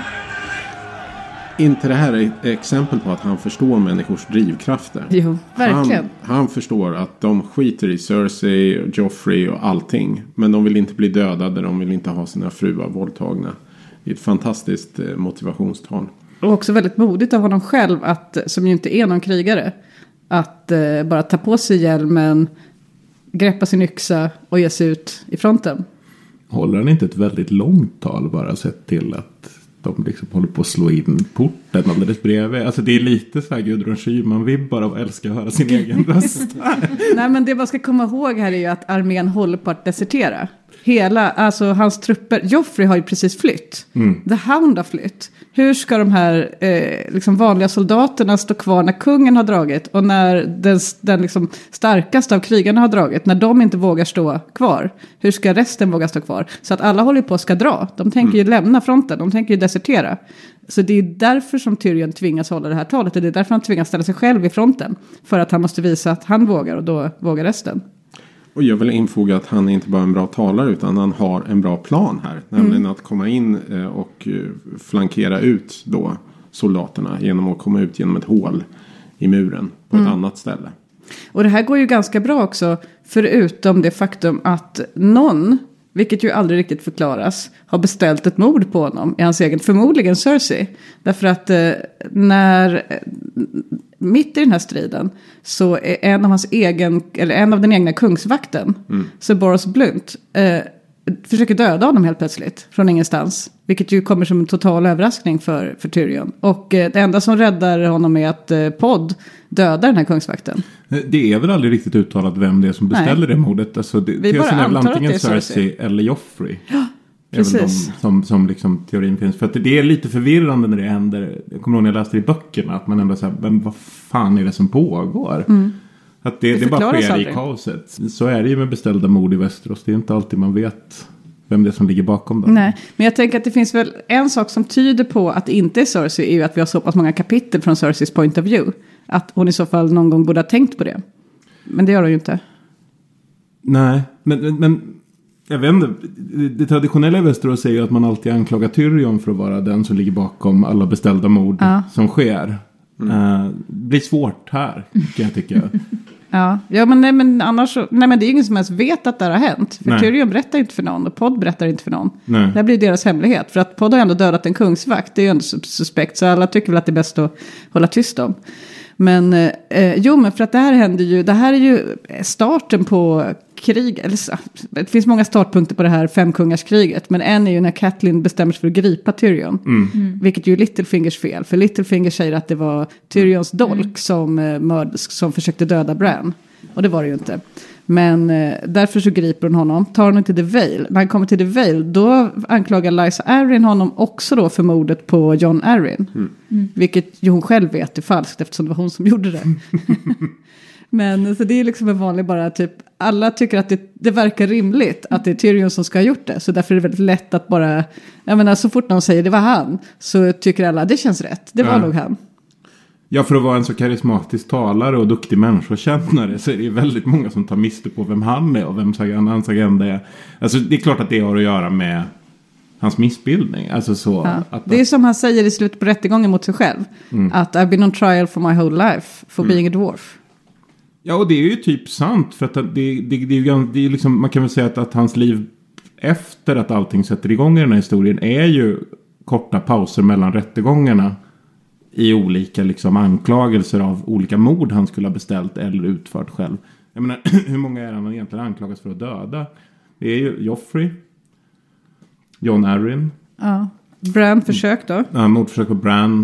Inte det här är ett exempel på att han förstår människors drivkrafter. Jo, verkligen. Han, han förstår att de skiter i Cersei och Joffrey och allting. Men de vill inte bli dödade, de vill inte ha sina fruar våldtagna. Det är ett fantastiskt motivationstal. Och också väldigt modigt av honom själv, att, som ju inte är någon krigare, att eh, bara ta på sig hjälmen, greppa sin yxa och ge sig ut i fronten. Håller han inte ett väldigt långt tal bara sett till att de liksom håller på att slå in porten alldeles bredvid? Alltså det är lite så här Gudrun Schyman-vibbar av att älska att höra sin egen röst. Nej, men det man ska komma ihåg här är ju att armén håller på att desertera. Hela, alltså hans trupper, Joffrey har ju precis flytt. Mm. The Hound har flytt. Hur ska de här eh, liksom vanliga soldaterna stå kvar när kungen har dragit? Och när den, den liksom starkaste av krigarna har dragit, när de inte vågar stå kvar, hur ska resten våga stå kvar? Så att alla håller på att ska dra. De tänker ju mm. lämna fronten, de tänker ju desertera. Så det är därför som Tyrion tvingas hålla det här talet. Och det är därför han tvingas ställa sig själv i fronten. För att han måste visa att han vågar, och då vågar resten. Och jag vill infoga att han är inte bara en bra talare, utan han har en bra plan här. Nämligen mm. att komma in och flankera ut då soldaterna genom att komma ut genom ett hål i muren på mm. ett annat ställe. Och det här går ju ganska bra också, förutom det faktum att någon, vilket ju aldrig riktigt förklaras, har beställt ett mord på honom i hans egen, förmodligen Cersei. Därför att eh, när... mitt i den här striden så är en av hans egen, eller en av den egna kungsvakten, mm. så Boros Blunt eh, försöker döda honom helt plötsligt från ingenstans, vilket ju kommer som en total överraskning för, för Tyrion. Och eh, det enda som räddar honom är att eh, Pod dödar den här kungsvakten. Det är väl aldrig riktigt uttalat vem det är som beställer Nej. det mordet. Alltså det, Vi bara antar att det är Cersei, Cersei eller Joffrey. Ja. Även de som, som liksom teorin finns. För att det är lite förvirrande när det händer. Jag kommer ihåg när jag läste i böckerna att man ändå säger, men vad fan är det som pågår? Mm. Att det, det, det bara sker aldrig. I kaoset. Så är det ju med beställda mord i Västerås. Det är inte alltid man vet vem det är som ligger bakom dem. Nej, men jag tänker att det finns väl en sak som tyder på att det inte är Cersei, är ju att vi har så pass många kapitel från Cerseis point of view. Att hon i så fall någon gång borde ha tänkt på det. Men det gör hon ju inte. Nej, men... men, men jag vet inte, det traditionella i Västerås är ju att man alltid anklagar Tyrion för att vara den som ligger bakom alla beställda mord ja. som sker. Mm. Uh, det blir svårt här, kan jag tycka. ja, ja men, nej, men annars så, nej men det är ingen som ens vet att det här har hänt. För nej. Tyrion berättar inte för någon och Pod berättar inte för någon. Nej. Det här blir deras hemlighet. För att Pod har ändå dödat en kungsvakt, det är ju ändå suspekt. Så alla tycker väl att det är bäst att hålla tyst om. Men, eh, jo men för att det här händer ju, det här är ju starten på krig, eller så, det finns många startpunkter på det här femkungarskriget, men en är ju när Catelyn bestämmer sig för att gripa Tyrion, mm. Mm. vilket ju Littlefingers fel, för Littlefinger säger att det var Tyrions dolk mm. som, eh, mörd, som försökte döda Bran, och det var det ju inte. Men eh, därför så griper hon honom, tar honom till The Vale. När han kommer till The Vale, då anklagar Lysa Arryn honom också då för mordet på Jon Arryn. Mm. Mm. Vilket ju hon själv vet är falskt, eftersom det var hon som gjorde det. Men så det är liksom en vanlig bara typ, alla tycker att det, det verkar rimligt att det är Tyrion som ska ha gjort det. Så därför är det väldigt lätt att bara, jag menar så fort någon säger det var han, så tycker alla det känns rätt. Det var ja. nog han. Ja, för att vara en så karismatisk talare och duktig människokännare så är det väldigt många som tar miste på vem han är och vem hans agenda är. Alltså det är klart att det har att göra med hans missbildning. Alltså så ja. att, det är som han säger i slutet på rättegången mot sig själv. Mm. Att I've been on trial for my whole life for mm. being a dwarf. Ja, och det är ju typ sant. För att det, det, det, det är ju det är liksom, man kan väl säga att, att hans liv efter att allting sätter igång i den här historien är ju korta pauser mellan rättegångarna. I olika liksom anklagelser av olika mord han skulle ha beställt eller utfört själv. Jag menar, hur många är han egentligen anklagas för att döda? Det är ju Joffrey, Jon Arryn. Ja, Bran försök då. Ja, mordförsök på Bran.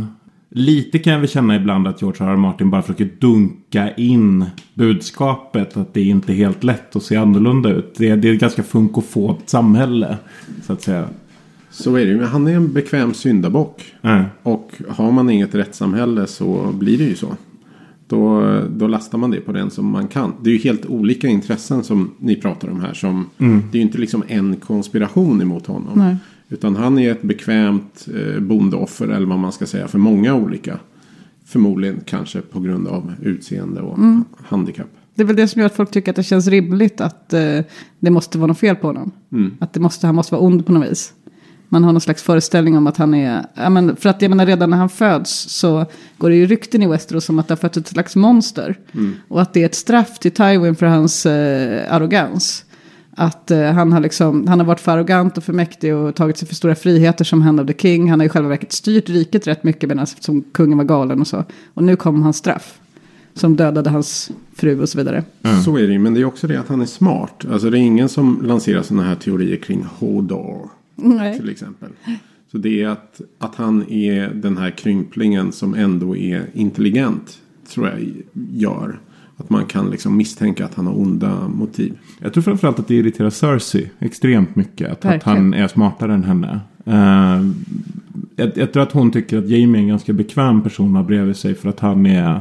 lite kan jag väl känna ibland att George R. R. Martin bara försöker dunka in budskapet att det är inte helt lätt att se annorlunda ut. Det är, det är ett ganska funkofobt samhälle, så att säga. Så är det ju. Han är en bekväm syndabock. Mm. Och har man inget rättssamhälle så blir det ju så. Då, då lastar man det på den som man kan. Det är ju helt olika intressen som ni pratar om här. Som, mm. Det är ju inte liksom en konspiration emot honom. Nej. Utan han är ett bekvämt eh, bondeoffer, eller vad man ska säga, för många olika. Förmodligen kanske på grund av utseende och mm. handikapp. Det är väl det som gör att folk tycker att det känns rimligt att eh, det måste vara något fel på honom. Mm. Att det måste, han måste vara ond på något vis. Man har någon slags föreställning om att han är... Ja, men för att jag menar, redan när han föds så går det ju rykten i Westeros om att det har fått ett slags monster. Mm. Och att det är ett straff till Tywin för hans eh, arrogans. Att eh, han, har liksom, han har varit för arrogant och för mäktig och tagit sig för stora friheter som Hand of the King. Han har i själva verket styrt riket rätt mycket medan som kungen var galen och så. Och nu kom hans straff. Som dödade hans fru och så vidare. Mm. Så är det, men det är också det att han är smart. Alltså det är ingen som lanserar sådana här teorier kring Hodor. Nej. Till exempel. Så det är att, att han är den här krymplingen som ändå är intelligent, tror jag gör. Att man kan liksom misstänka att han har onda motiv. Jag tror framförallt att det irriterar Cersei extremt mycket. Att, att han är smartare än henne. Uh, jag, jag tror att hon tycker att Jaime är en ganska bekväm person att bredvid sig. För att han är...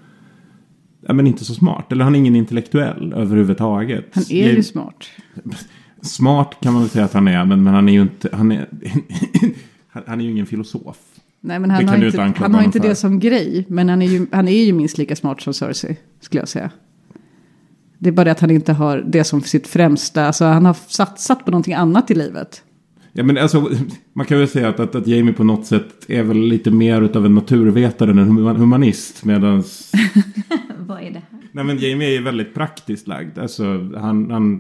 Ja, men inte så smart. Eller han är ingen intellektuell överhuvudtaget. Han är jag, ju smart. Smart kan man väl säga att han är. Men, men han är ju inte... Han är, han är ju ingen filosof. Nej, men han har inte, han har inte det som grej. Men han är, ju, han är ju minst lika smart som Cersei, skulle jag säga. Det är bara det att han inte har det som sitt främsta... Alltså han har satsat på någonting annat i livet. Ja, men alltså, man kan väl säga att, att, att Jaime på något sätt är väl lite mer utav en naturvetare än en humanist. Medans... Vad är det här? Nej, men Jaime är ju väldigt praktiskt lagd. Alltså, han, han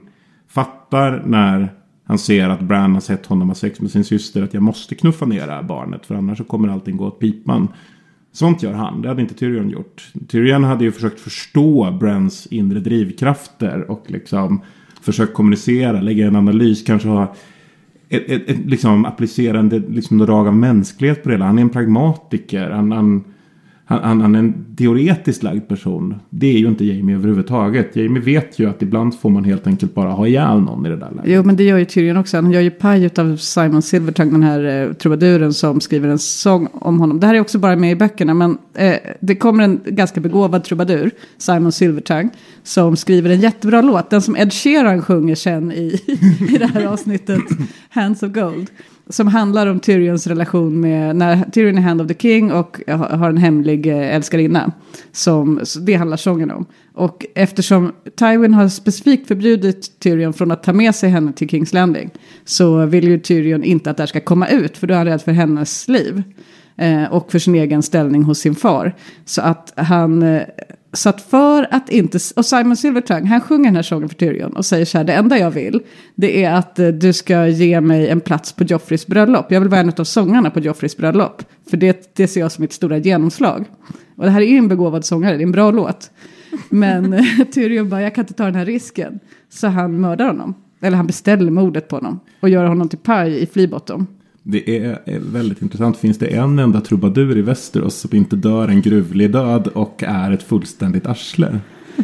fattar när han ser att Bran har sett honom ha sex med sin syster att jag måste knuffa ner det här barnet, för annars så kommer allting gå åt pipan. Sånt gör han. Det hade inte Tyrion gjort. Tyrion hade ju försökt förstå Brans inre drivkrafter och liksom försökt kommunicera, lägga en analys, kanske ha ett, ett, ett liksom applicerande liksom drag av mänsklighet på det hela. Han är en pragmatiker. Han, han, han, han är en teoretiskt lagd person. Det är ju inte Jaime överhuvudtaget. Jaime vet ju att ibland får man helt enkelt bara ha ihjäl någon i det där läget. Jo, men det gör ju Tyrion också. Han gör ju paj av Simon Silvertongue, den här eh, trubaduren som skriver en sång om honom. Det här är också bara med i böckerna, men eh, det kommer en ganska begåvad trubadur, Simon Silvertongue, som skriver en jättebra låt. Den som Ed Sheeran sjunger sen i, i det här avsnittet, Hands of Gold. Som handlar om Tyrions relation med när Tyrion är Hand of the King och har en hemlig älskarinna. Som, det handlar sången om. Och eftersom Tywin har specifikt förbjudit Tyrion från att ta med sig henne till King's Landing, så vill ju Tyrion inte att det här ska komma ut, för då är han rädd för hennes liv. Eh, och för sin egen ställning hos sin far. Så att han... Eh, Så att för att inte... Och Simon Silvertongue, han sjunger den här sången för Tyrion och säger så här: det enda jag vill, det är att du ska ge mig en plats på Joffreys bröllop. Jag vill vara en av sångarna på Joffreys bröllop. För det, det ser jag som ett stora genomslag. Och det här är ju en begåvad sångare, det är en bra låt. Men Tyrion bara, jag kan inte ta den här risken. Så han mördar honom. Eller han beställer mordet på honom. Och gör honom till paj i Fleabottom. Det är väldigt intressant. Finns det en enda trubadur i Västerås som inte dör en gruvlig död och är ett fullständigt arsle?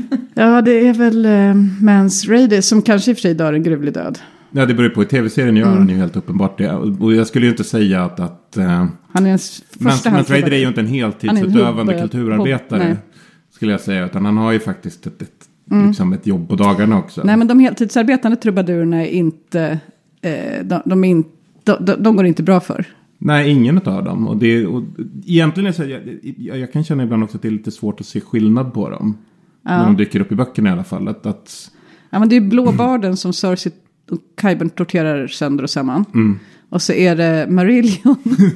Ja, det är väl uh, Mans Rady som kanske i och för sig dör en gruvlig död. Ja, det beror på. I tv-serien gör mm. han ju helt uppenbart det. Och jag skulle ju inte säga att... att uh, han är en första Mans Rady är ju inte en heltidsutövande en kulturarbetare. Hopp, skulle jag säga. Utan han har ju faktiskt ett, ett, mm. liksom ett jobb på dagarna också. Nej, men de heltidsarbetande trubadurerna är inte... Eh, de, de är inte De, de, de går inte bra för. Nej, ingen av dem. Och det, och egentligen är så jag, jag, jag kan känna ibland också att det är lite svårt att se skillnad på dem. Ja. När de dyker upp i böckerna i alla fall. Att, att... Ja, men det är blåbarden som Cersei och Qyburn torterar sönder och samman. Mm. Och så är det Marillion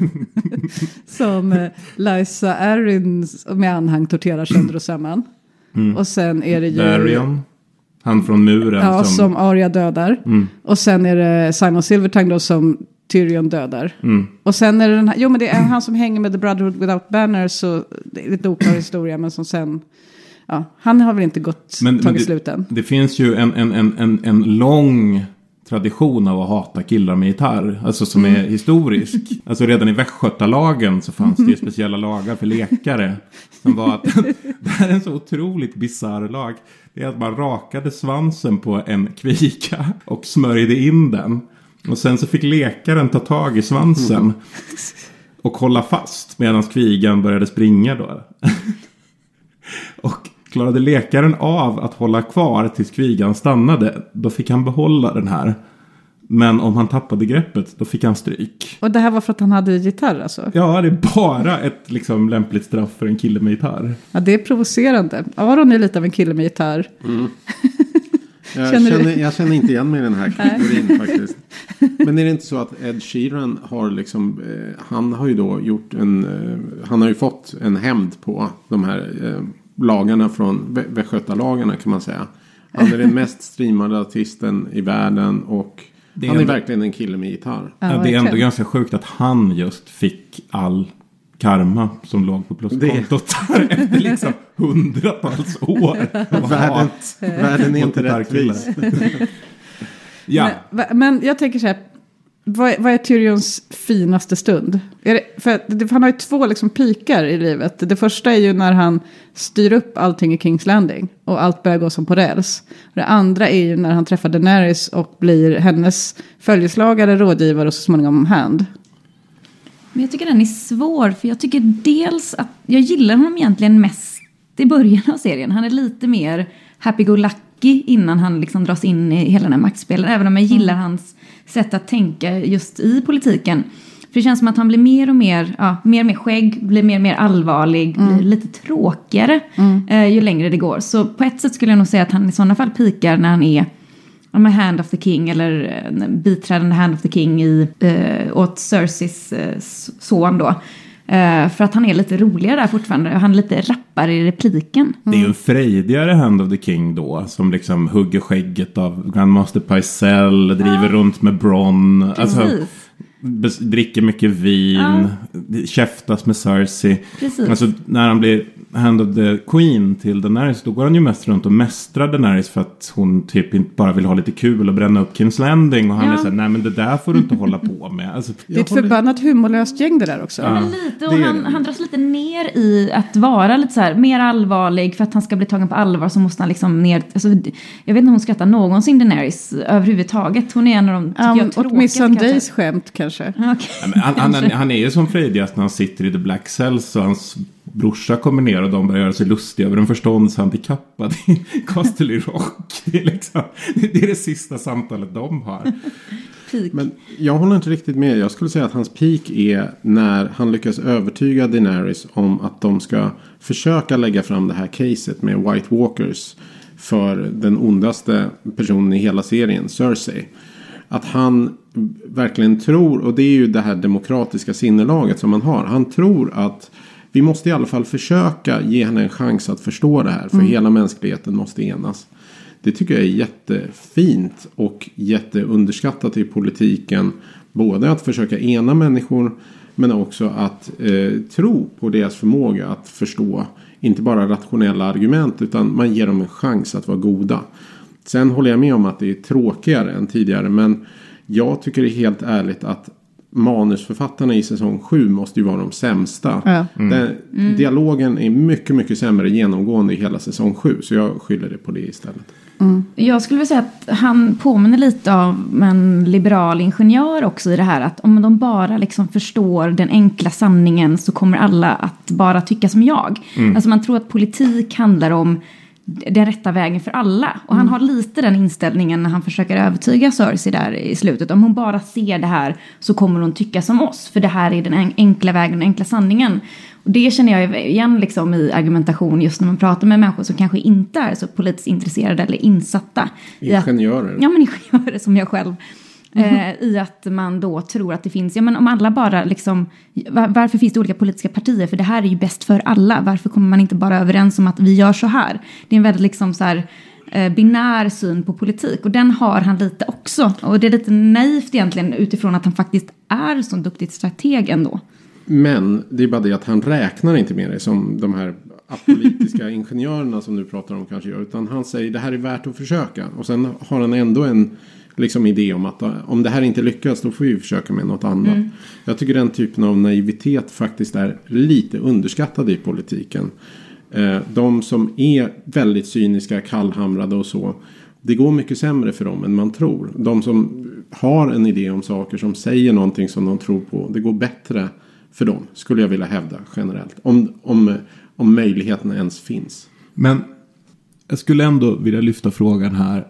som eh, Lysa Arryn med anhang torterar sönder och samman. Mm. Och sen är det ju... Varian. Han från muren. Ja, som, som Arya dödar. Mm. Och sen är det Simon Silvertongue då som Tyrion dödar. Mm. Och sen är det den här... Jo, men det är han som hänger med The Brotherhood Without Banners. Så det är lite oklar historia, men som sen... Ja, han har väl inte gått men, tagit men det, slut än. Det finns ju en, en, en, en, en lång tradition av att hata killar med gitarr. Alltså som är historisk. Alltså redan i Västgötalagen så fanns det ju speciella lagar för lekare. Som var att det här är en så otroligt bizarr lag. Det är att man rakade svansen på en kvika och smörjde in den. Och sen så fick lekaren ta tag i svansen och hålla fast medan kvigan började springa då. Och klarade lekaren av att hålla kvar tills kvigan stannade, då fick han behålla den här. Men om han tappade greppet, då fick han stryk. Och det här var för att han hade gitarr alltså? Ja, det är bara ett liksom lämpligt straff för en kille med gitarr. Ja, det är provocerande. Aron är lite av en kille med gitarr. Mm. Jag, känner känner, jag känner inte igen mig i den här kategorin faktiskt. Men är det inte så att Ed Sheeran har liksom, eh, han har ju då gjort en, eh, han har ju fått en hämnd på de här eh, lagarna från Västgötalagarna kan man säga. Han är den mest streamade artisten i världen och är han är ändå verkligen en kille med gitarr. Ja, det är ändå ganska sjukt att han just fick all karma som låg på pluskontot efter liksom hundratals år. Världen, världen är inte rättvis. Ja. Men, men jag tänker så här, vad, vad är Tyrions finaste stund? Är det, för det, han har ju två liksom pikar i livet. Det första är ju när han styr upp allting i King's Landing och allt börjar gå som på räls. Det andra är ju när han träffar Daenerys och blir hennes följeslagare, rådgivare och så småningom hand. Men jag tycker den är svår, för jag tycker dels att jag gillar honom egentligen mest i början av serien. Han är lite mer happy-go-lucky innan han liksom dras in i hela den här maktspelen. Även om jag gillar mm. hans sätt att tänka just i politiken. För det känns som att han blir mer och mer, ja, mer och mer skägg, blir mer och mer allvarlig, mm. blir lite tråkigare mm. eh, ju längre det går. Så på ett sätt skulle jag nog säga att han i sådana fall pikar när han är med Hand of the King eller biträdande Hand of the King i, eh, åt Cerseis eh, son då. Eh, för att han är lite roligare där fortfarande. Han är lite rappare i repliken. Mm. Det är ju en frejdigare Hand of the King då. Som liksom hugger skägget av Grandmaster Pycelle. Driver ja. runt med Bronn. Alltså, dricker mycket vin. Ja. Käftas med Cersei. Precis. Alltså när han blir Hand of the Queen till Daenerys, då går han ju mest runt och mästrar Daenerys för att hon typ inte bara vill ha lite kul och bränna upp King's Landing. Och han ja. är såhär, nej men det där får du inte hålla på med. Alltså, det är ett förbannat humorlöst gäng det där också. Ja. Men lite, och han, han dras lite ner i att vara lite så här mer allvarlig. För att han ska bli tagen på allvar så måste han liksom ner. Alltså, jag vet inte om hon skrattar någonsin Daenerys överhuvudtaget. Hon är en av de tycker um, jag tråkigaste. Och Miss Sundays skämt kanske. Okay. Ja, men han, han, han, han är ju som frejdigast när han sitter i The Black Cells och hans brorsa kommer ner och de börjar göra sig lustiga över en förståndshandikappad i Castle Rock. Det är, liksom, det är det sista samtalet de har. Men jag håller inte riktigt med. Jag skulle säga att hans peak är när han lyckas övertyga Daenerys om att de ska försöka lägga fram det här caset med White Walkers för den ondaste personen i hela serien, Cersei. Att han verkligen tror, och det är ju det här demokratiska sinnelaget som man har. Han tror att vi måste i alla fall försöka ge henne en chans att förstå det här. För mm. hela mänskligheten måste enas. Det tycker jag är jättefint och jätteunderskattat i politiken. Både att försöka ena människor men också att eh, tro på deras förmåga att förstå. Inte bara rationella argument utan man ger dem en chans att vara goda. Sen håller jag med om att det är tråkigare än tidigare. Men jag tycker det är helt ärligt att manusförfattarna i säsong sju måste ju vara de sämsta. Ja. Mm. Den, mm. Dialogen är mycket, mycket sämre genomgående i hela säsong sju. Så jag skyller det på det istället. Mm. Jag skulle vilja säga att han påminner lite av en liberal ingenjör också i det här. Att om de bara liksom förstår den enkla sanningen så kommer alla att bara tycka som jag. Mm. Alltså man tror att politik handlar om den rätta vägen för alla. Och han mm. har lite den inställningen när han försöker övertyga Cersei där i slutet. Om hon bara ser det här så kommer hon tycka som oss. För det här är den enkla vägen, den enkla sanningen. Och det känner jag igen liksom i argumentation just när man pratar med människor som kanske inte är så politiskt intresserade eller insatta. Ingenjörer. Att, ja, men ingenjörer som jag själv. Mm-hmm. Eh, I att man då tror att det finns, ja men om alla bara liksom, var, varför finns det olika politiska partier? För det här är ju bäst för alla. Varför kommer man inte bara överens om att vi gör så här? Det är en väldigt liksom så här eh, binär syn på politik. Och den har han lite också. Och det är lite naivt egentligen utifrån att han faktiskt är så duktigt strateg ändå. Men det är bara det att han räknar inte med det som de här apolitiska ingenjörerna som du pratar om kanske gör. Utan han säger det här är värt att försöka. Och sen har han ändå en liksom idé om att om det här inte lyckas då får vi försöka med något annat. Mm. Jag tycker den typen av naivitet faktiskt är lite underskattad i politiken. De som är väldigt cyniska, kallhamrade och så, det går mycket sämre för dem än man tror. De som har en idé om saker, som säger någonting som de tror på, det går bättre för dem, skulle jag vilja hävda generellt. Om, om, om möjligheten ens finns. Men jag skulle ändå vilja lyfta frågan här.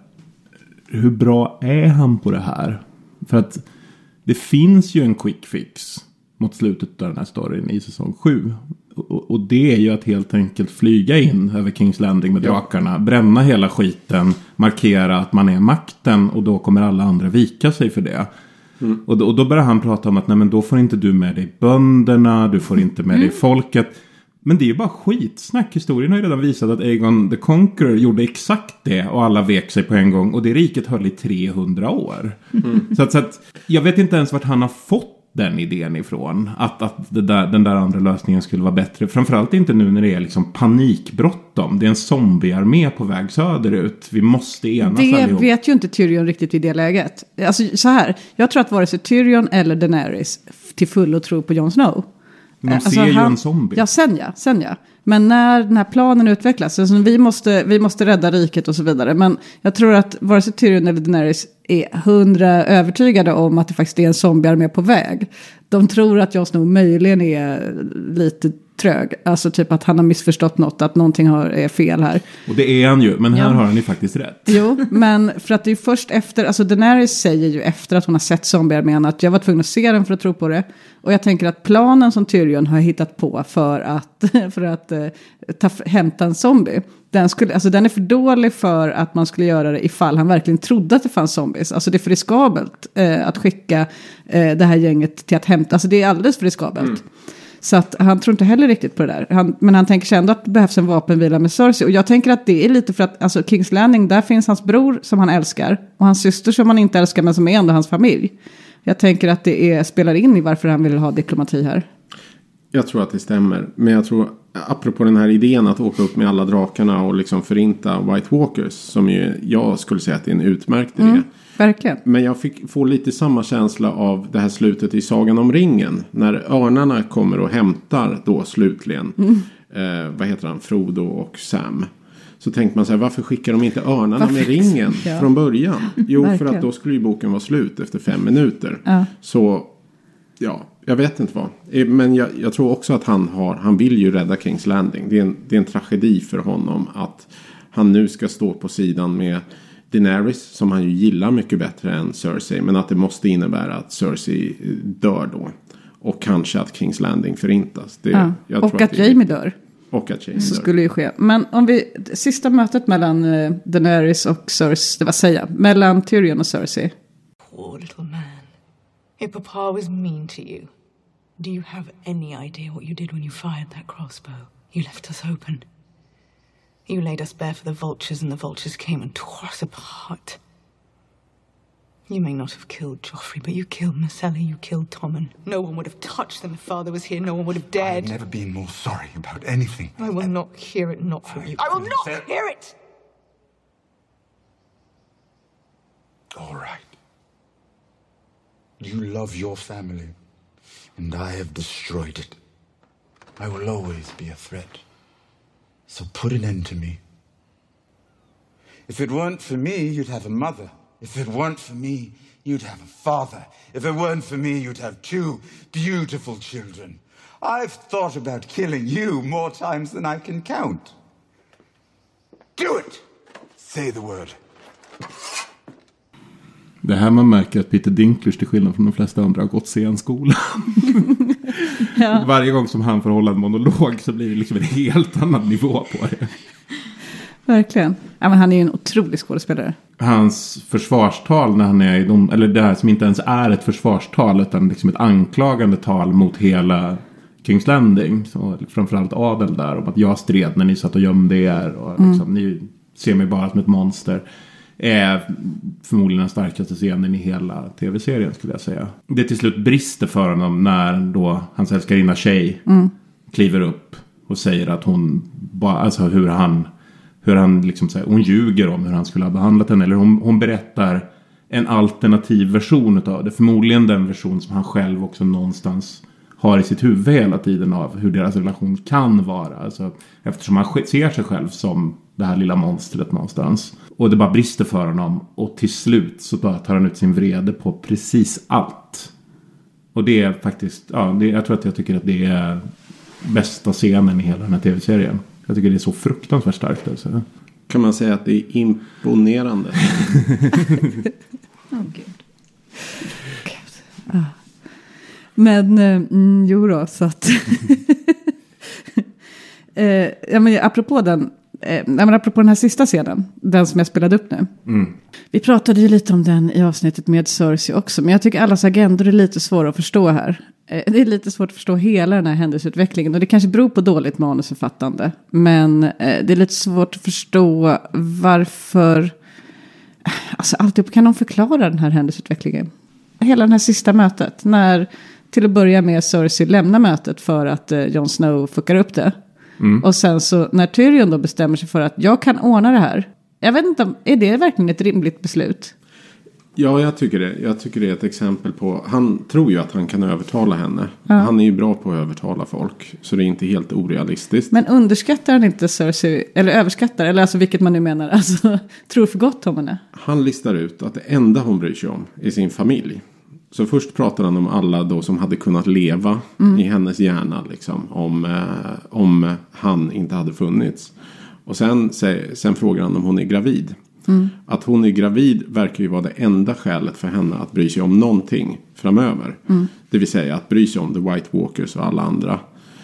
Hur bra är han på det här? För att det finns ju en quick fix mot slutet av den här storyn i säsong sju. Och, och det är ju att helt enkelt flyga in över Kings Landing med drakarna. Ja. Bränna hela skiten. Markera att man är makten. Och då kommer alla andra vika sig för det. Mm. Och, då, och då börjar han prata om att nej, men då får inte du med dig bönderna. Du får inte med mm. dig folket. Men det är ju bara skitsnack. Historien har ju redan visat att Aegon the Conqueror gjorde exakt det. Och alla vek sig på en gång. Och det riket höll i trehundra år. Mm. Så, att, så att jag vet inte ens vart han har fått den idén ifrån. Att, att det där, den där andra lösningen skulle vara bättre. Framförallt inte nu när det är liksom panikbråttom. Det är en zombiearmé på väg söderut. Vi måste enas det allihop. Vet ju inte Tyrion riktigt i det läget. Alltså så här. Jag tror att vare sig Tyrion eller Daenerys till fullo tror på Jon Snow. De alltså, ser ju han, en zombie. Ja, sen ja, sen ja. Men när den här planen utvecklas, alltså vi måste, vi måste rädda riket och så vidare. Men jag tror att vare sig Tyrion eller Daenerys är hundra övertygade om att det faktiskt är en zombiearmé på väg. De tror att Jon Snow möjligen är lite trög. Alltså typ att han har missförstått något, att någonting har, är fel här. Och det är han ju, men här ja. har han ju faktiskt rätt. Jo, men för att det är först efter, alltså Daenerys säger ju efter att hon har sett zombiearmén att jag var tvungen att se den för att tro på det. Och jag tänker att planen som Tyrion har hittat på för att, för att uh, ta, hämta en zombie, den, skulle, alltså den är för dålig för att man skulle göra det ifall han verkligen trodde att det fanns zombies. Alltså det är för riskabelt uh, att skicka uh, det här gänget till att hämta, alltså det är alldeles för riskabelt. Mm. Så att han tror inte heller riktigt på det där. Han, men han tänker sig ändå att det behövs en vapenvila med Cersei. Och jag tänker att det är lite för att alltså Kings Landing, där finns hans bror som han älskar. Och hans syster som han inte älskar men som är ändå hans familj. Jag tänker att det är, spelar in i varför han vill ha diplomati här. Jag tror att det stämmer. Men jag tror, apropå den här idén att åka upp med alla drakarna och liksom förinta White Walkers. Som ju, jag skulle säga att det är en utmärkt idé. Mm. Verkligen. Men jag fick få lite samma känsla av det här slutet i Sagan om ringen. När örnarna kommer och hämtar då slutligen. Mm. Eh, vad heter han? Frodo och Sam. Så tänkte man så här, varför skickar de inte örnarna varför? med ringen ja. från början? Jo, för att då skulle ju boken vara slut efter fem minuter. Ja. Så, ja, jag vet inte vad. Men jag, jag tror också att han har, han vill ju rädda Kings Landing. Det är en, det är en tragedi för honom att han nu ska stå på sidan med Daenerys, som han ju gillar mycket bättre än Cersei, men att det måste innebära att Cersei dör då. Och kanske att Kings Landing förintas. Det, ja. jag och tror att, att Jaime dör. Och att Jaime så dör. skulle ju ske. Men om vi, sista mötet mellan uh, Daenerys och Cersei, det var säga, mellan Tyrion och Cersei. Poor little man. If Papa was mean to you, do you have any idea what you did when you fired that crossbow? You left us open. You laid us bare for the vultures, and the vultures came and tore us apart. You may not have killed Joffrey, but you killed Myrcella, you killed Tommen. No one would have touched them if Father was here. No one would have dared. I've never been more sorry about anything. I will not hear it, not from you. I will not hear it! All right. You love your family, and I have destroyed it. I will always be a threat. So put an end to me. If it weren't for me, you'd have a mother. If it weren't for me, you'd have a father. If it weren't for me, you'd have two beautiful children. I've thought about killing you more times than I can count. Do it! Say the word. Det här man märker att Peter Dinklage, till skillnad från de flesta andra, har gått scenskolan. Ja. Varje gång som han får hålla en monolog så blir det liksom en helt annan nivå på det. Verkligen. Ja, men han är ju en otrolig skådespelare. Hans försvarstal när han är i dom, eller det här som inte ens är ett försvarstal utan liksom ett anklagande tal mot hela Kings Landing. Så framförallt Adel där om att jag stred när ni satt och gömde er och liksom, mm. ni ser mig bara som ett monster. Är förmodligen den starkaste scenen i hela tv-serien skulle jag säga. Det till slut brister för honom när då hans älskarinna tjej mm. kliver upp och säger att hon bara, alltså hur han hur han liksom säger, hon ljuger om hur han skulle ha behandlat henne, eller hon, hon berättar en alternativ version utav det. Förmodligen den version som han själv också någonstans har i sitt huvud hela tiden av hur deras relation kan vara. Alltså, eftersom han ser sig själv som det här lilla monstret någonstans. Och det bara brister för honom. Och till slut så bara tar han ut sin vrede på precis allt. Och det är faktiskt, ja, det, jag tror att jag tycker att det är bästa scenen i hela den här tv-serien. Jag tycker det är så fruktansvärt starkt. Alltså. Kan man säga att det är imponerande? Åh oh, gud. Ah. Men, mm, jo då, så att... eh, ja, men apropå den... Eh, men apropå den här sista scenen, den som jag spelade upp nu. Mm. Vi pratade ju lite om den i avsnittet med Cersei också. Men jag tycker allas agendor är lite svåra att förstå här. Eh, det är lite svårt att förstå hela den här händelseutvecklingen. Och det kanske beror på dåligt manusförfattande. Men eh, det är lite svårt att förstå varför... Alltså alltid kan de förklara den här händelseutvecklingen? Hela den här sista mötet. När till att börja med Cersei lämnar mötet för att eh, Jon Snow fuckar upp det. Mm. Och sen så när Tyrion då bestämmer sig för att jag kan ordna det här. Jag vet inte, är det verkligen ett rimligt beslut? Ja, jag tycker det. Jag tycker det är ett exempel på... Han tror ju att han kan övertala henne. Ja. Han är ju bra på att övertala folk. Så det är inte helt orealistiskt. Men underskattar han inte Cersei? Eller överskattar? Eller alltså vilket man nu menar. Alltså, tror för gott om henne. Han listar ut att det enda hon bryr sig om är sin familj. Så först pratar han om alla då som hade kunnat leva mm. i hennes hjärna. Liksom, om, eh, om han inte hade funnits. Och sen, sen frågar han om hon är gravid. Mm. Att hon är gravid verkar ju vara det enda skälet för henne att bry sig om någonting framöver. Mm. Det vill säga att bry sig om The White Walkers och alla andra.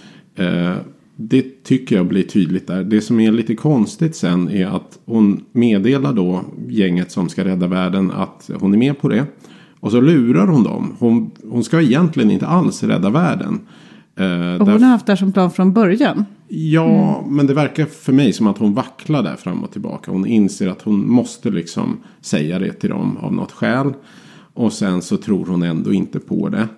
Eh, det tycker jag blir tydligt där. Det som är lite konstigt sen är att hon meddelar då gänget som ska rädda världen att hon är med på det. Och så lurar hon dem. Hon, hon ska egentligen inte alls rädda världen. Eh, och hon där... har haft det som plan från början. Ja, mm. men det verkar för mig som att hon vacklar där fram och tillbaka. Hon inser att hon måste liksom säga det till dem av något skäl. Och sen så tror hon ändå inte på det.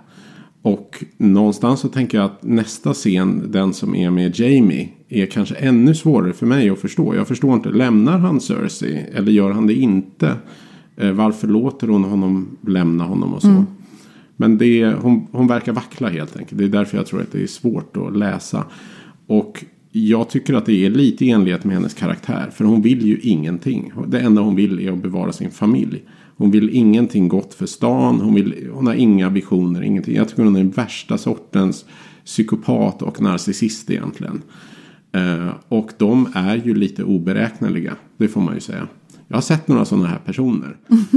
Och någonstans så tänker jag att nästa scen, den som är med Jamie, är kanske ännu svårare för mig att förstå. Jag förstår inte, lämnar han Cersei eller gör han det inte? Eh, varför låter hon honom lämna honom och så? Mm. Men det, hon, hon verkar vackla helt enkelt. Det är därför jag tror att det är svårt att läsa. Och jag tycker att det är lite i enlighet med hennes karaktär. För hon vill ju ingenting. Det enda hon vill är att bevara sin familj. Hon vill ingenting gott för stan. Hon, vill, hon har inga visioner, ingenting. Jag tycker hon är den värsta sortens psykopat och narcissist egentligen. Eh, och de är ju lite oberäkneliga. Det får man ju säga. Jag har sett några sådana här personer.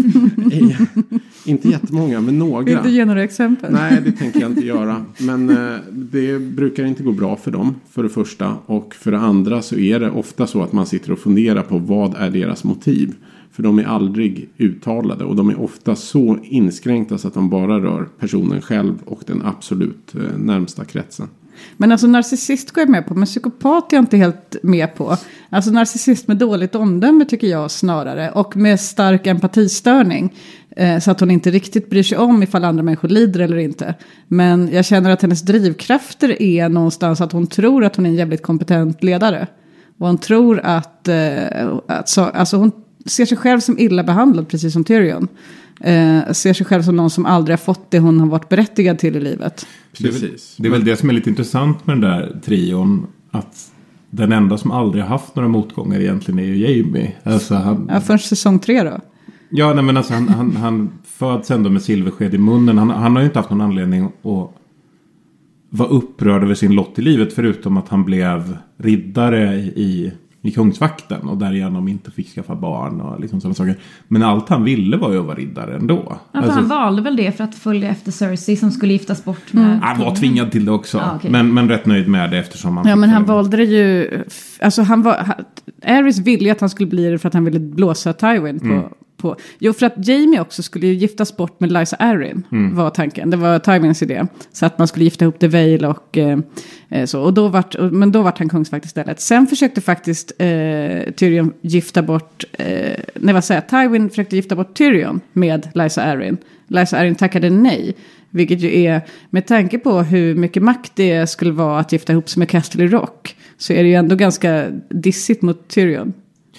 Inte jättemånga, men några. Vill du ge några exempel? Nej, det tänker jag inte göra. Men eh, det brukar inte gå bra för dem, för det första. Och för det andra så är det ofta så att man sitter och funderar på vad är deras motiv. För de är aldrig uttalade och de är ofta så inskränkta så att de bara rör personen själv och den absolut eh, närmsta kretsen. Men alltså narcissist går jag med på, men psykopat är jag inte helt med på. Alltså narcissist med dåligt omdöme tycker jag snarare. Och med stark empatistörning. Eh, så att hon inte riktigt bryr sig om ifall andra människor lider eller inte. Men jag känner att hennes drivkrafter är någonstans att hon tror att hon är en jävligt kompetent ledare. Och hon tror att, eh, att så, alltså hon ser sig själv som illa behandlad, precis som Tyrion. Eh, ser sig själv som någon som aldrig har fått det hon har varit berättigad till i livet. Precis. Det är väl det som är lite intressant med den där trion. Att den enda som aldrig har haft några motgångar egentligen är ju Jamie. Alltså han... Ja, först säsong tre då. Ja, nej, men alltså han, han, han föds ändå med silversked i munnen. Han, han har ju inte haft någon anledning att vara upprörd över sin lott i livet. Förutom att han blev riddare i... i Kungsvakten och därigenom inte fick skaffa barn och liksom sådana saker. Men allt han ville var ju att vara riddare ändå. Ja, alltså, han valde väl det för att följa efter Cersei som skulle giftas bort med... Mm. Han var tvingad till det också. Ah, okay. men, men rätt nöjd med det eftersom han... Ja, men han valde det ju... Alltså han var... Aerys ville att han skulle bli det för att han ville blåsa Tywin på... Mm. På. Jo, för att Jamie också skulle ju giftas bort med Lysa Arryn, mm. var tanken. Det var Tywins idé. Så att man skulle gifta ihop The Vale och eh, så. Och då vart, men då vart han kungsvakt istället. Sen försökte faktiskt eh, Tyrion gifta bort... Eh, nej, vad säger jag? Tywin försökte gifta bort Tyrion med Lysa Arryn. Lysa Arryn tackade nej. Vilket ju är, med tanke på hur mycket makt det skulle vara att gifta ihop sig med Casterly Rock, så är det ju ändå ganska dissigt mot Tyrion.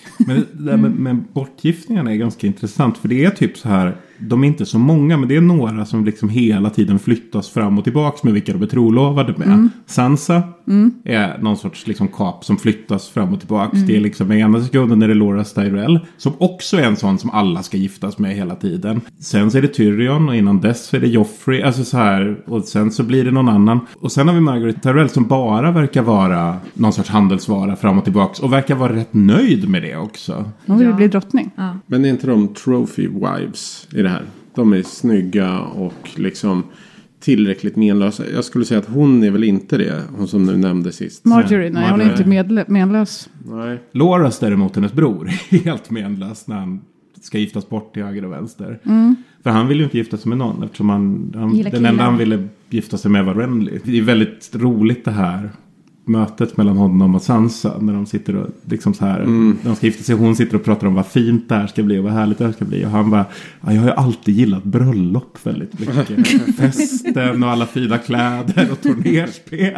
Men det där med, med bortgiftningarna är ganska intressant. För det är typ så här. De är inte så många, men det är några som liksom hela tiden flyttas fram och tillbaka med vilka de är trolovade med. Mm. Sansa mm. är någon sorts liksom kap som flyttas fram och tillbaka. Mm. Det är liksom i ena sekunden är det Loras Tyrell som också är en sån som alla ska giftas med hela tiden. Sen så är det Tyrion och innan dess så är det Joffrey. Alltså så här, och sen så blir det någon annan. Och sen har vi Margaret Tyrell som bara verkar vara någon sorts handelsvara fram och tillbaka. Och verkar vara rätt nöjd med det också. Hon vill ja. bli drottning. Ja. Men är inte de trophy wives i det här? De är snygga och liksom tillräckligt menlösa. Jag skulle säga att hon är väl inte det. Hon som nu nämnde sist. Marjorie, nej, hon är inte medle- menlös. Nej. Loras däremot, hennes bror, är helt menlös när han ska giftas bort till höger och vänster. Mm. För han vill ju inte gifta sig med någon eftersom han, han den killar. enda han ville gifta sig med var Renly. Det är väldigt roligt det här mötet mellan honom och Sansa när de sitter och liksom så här mm. de ska gifta sig, hon sitter och pratar om vad fint det här ska bli och vad härligt det här ska bli och han bara, ja, jag har ju alltid gillat bröllop väldigt mycket. Festen och alla fina kläder och turnerspel.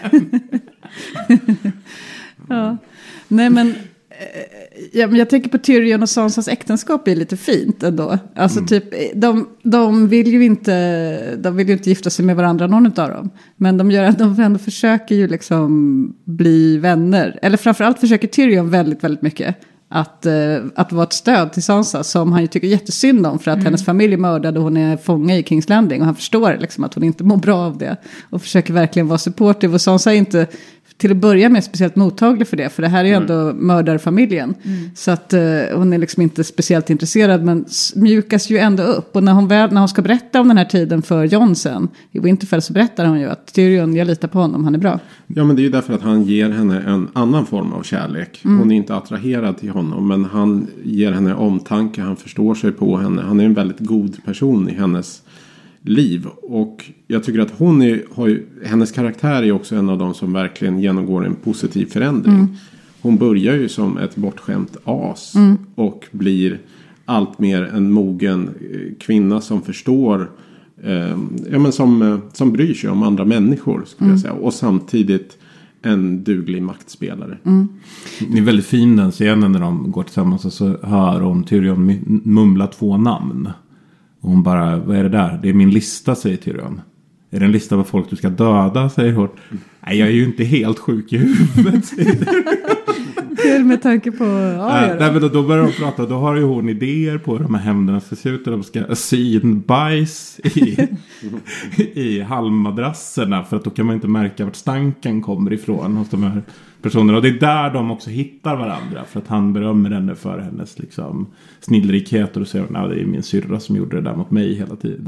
Ja, nej men Ja, men jag tänker på Tyrion och Sansas äktenskap är lite fint ändå. Alltså mm. typ, de, de vill ju inte de vill ju inte gifta sig med varandra, någon av dem. Men de, gör, de ändå försöker ju liksom bli vänner. Eller framförallt försöker Tyrion väldigt, väldigt mycket att, att vara ett stöd till Sansa som han ju tycker jättesynd om för att mm. hennes familj är mördad och hon är fånga i King's Landing och han förstår liksom att hon inte mår bra av det och försöker verkligen vara supportive och Sansa är inte till att börja med speciellt mottaglig för det. För det här är ju ändå mm. mördarfamiljen. Mm. Så att uh, hon är liksom inte speciellt intresserad. Men mjukas ju ändå upp. Och när hon, väl, när hon ska berätta om den här tiden för Jon sen. I Winterfell så berättar hon ju att Tyrion, jag litar på honom, han är bra. Ja, men det är ju därför att han ger henne en annan form av kärlek. Mm. Hon är inte attraherad till honom. Men han ger henne omtanke. Han förstår sig på henne. Han är en väldigt god person i hennes liv. Och jag tycker att hon är, har ju, hennes karaktär är också en av de som verkligen genomgår en positiv förändring. Mm. Hon börjar ju som ett bortskämt as mm. och blir allt mer en mogen kvinna som förstår eh, ja, men som, som bryr sig om andra människor skulle mm. jag säga. Och samtidigt en duglig maktspelare. Mm. Det är väldigt fin den scenen när de går tillsammans och så hör hon Tyrion mumla två namn. Och hon bara, vad är det där? Det är min lista, säger Tyrion. Är det en lista på folk du ska döda, säger hon. Mm. Nej, jag är ju inte helt sjuk i huvudet, säger Kul med tanke på... Ja, äh, nej, men då, då börjar de prata. Då har ju hon idéer på de här hämnderna ska se ut. De ska sy in bajs i, i halmmadrasserna. För att då kan man inte märka vart stanken kommer ifrån hos de här personerna. Och det är där de också hittar varandra. För att han berömmer henne för hennes liksom, snillrikhet. Och då säger hon, nej, det är min syrra som gjorde det där mot mig hela tiden.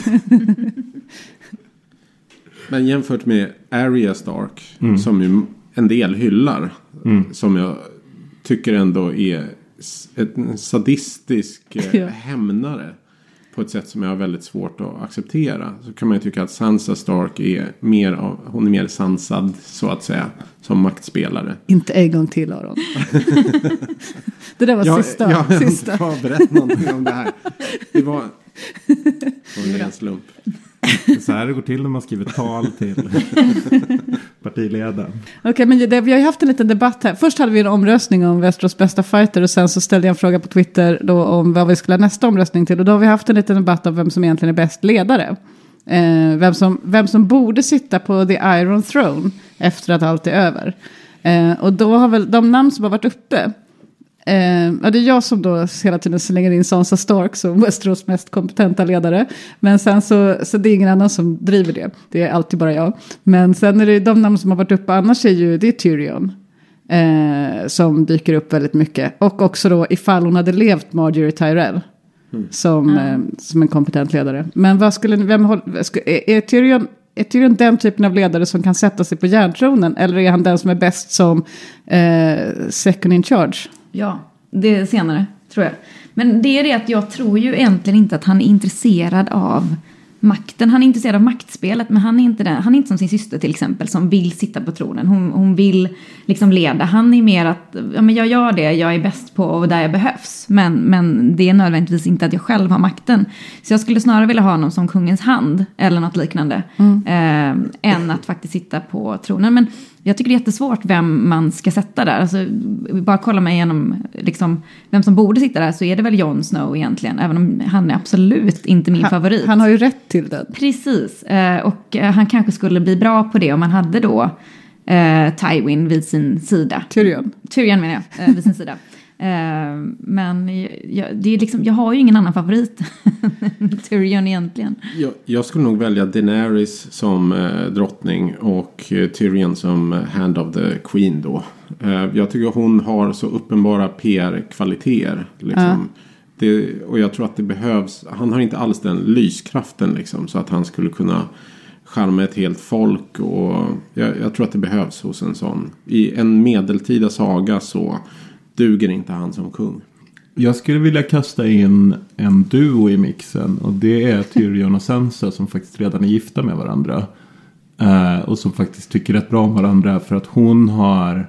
Men jämfört med Arya Stark, mm. som ju en del hyllar, mm. som jag tycker ändå är en sadistisk ja. hämnare på ett sätt som jag har väldigt svårt att acceptera. Så kan man ju tycka att Sansa Stark är mer av, hon är mer sansad så att säga, som maktspelare. Inte en gång till, Aron. Det där var jag, sista. Jag har sista. inte förberett någonting om det här. Det var, det var en slump. Så här det går till när man skriver tal till partiledaren. Okej, okay, men det, vi har ju haft en liten debatt här. Först hade vi en omröstning om Västerås bästa fighter och sen så ställde jag en fråga på Twitter då om vad vi skulle ha nästa omröstning till. Och då har vi haft en liten debatt om vem som egentligen är bäst ledare. Eh, vem, som, vem som borde sitta på the Iron Throne efter att allt är över. Eh, och då har väl de namn som har varit uppe. Eh, ja, det är jag som då hela tiden slänger in Sansa Stark som Västerås mest kompetenta ledare. Men sen så, så det är ingen annan som driver det. Det är alltid bara jag. Men sen är det de namn som har varit uppe annars är ju det är Tyrion. Eh, som dyker upp väldigt mycket. Och också då ifall hon hade levt Marjorie Tyrell. Mm. Som, mm. Eh, som en kompetent ledare. Men vad skulle vem håll, är, är Tyrion... Är Tyrion den typen av ledare som kan sätta sig på järntronen? Eller är han den som är bäst som eh, second in charge? Ja, det är senare, tror jag. Men det är det att jag tror ju egentligen inte att han är intresserad av makten. Han är intresserad av maktspelet, men han är inte, den, han är inte som sin syster till exempel som vill sitta på tronen. Hon, hon vill liksom leda. Han är mer att, ja men jag gör det, jag är bäst på och där jag behövs. Men, men det är nödvändigtvis inte att jag själv har makten. Så jag skulle snarare vilja ha honom som kungens hand eller något liknande. Mm. Eh, än att faktiskt sitta på tronen. Men jag tycker det är jättesvårt vem man ska sätta där. Alltså, bara kolla mig igenom liksom, vem som borde sitta där, så är det väl Jon Snow egentligen. Även om han är absolut inte min han, favorit. Han har ju rätt till det. Precis. Eh, och eh, han kanske skulle bli bra på det om man hade då eh, Tywin vid sin sida. Tyrion. Tyrion menar jag, eh, vid sin sida. Uh, men jag, det är liksom, jag har ju ingen annan favorit Tyrion egentligen. Jag, jag skulle nog välja Daenerys som eh, drottning och eh, Tyrion som eh, Hand of the Queen då. Eh, jag tycker hon har så uppenbara P R-kvaliteter. Liksom. Uh. Det, och jag tror att det behövs, han har inte alls den lyskraften liksom, så att han skulle kunna charma ett helt folk. Och jag, jag tror att det behövs hos en sån. I en medeltida saga så duger inte han som kung. Jag skulle vilja kasta in en duo i mixen. Och det är Tyrion och Sansa som faktiskt redan är gifta med varandra. Uh, och som faktiskt tycker rätt bra om varandra. För att hon har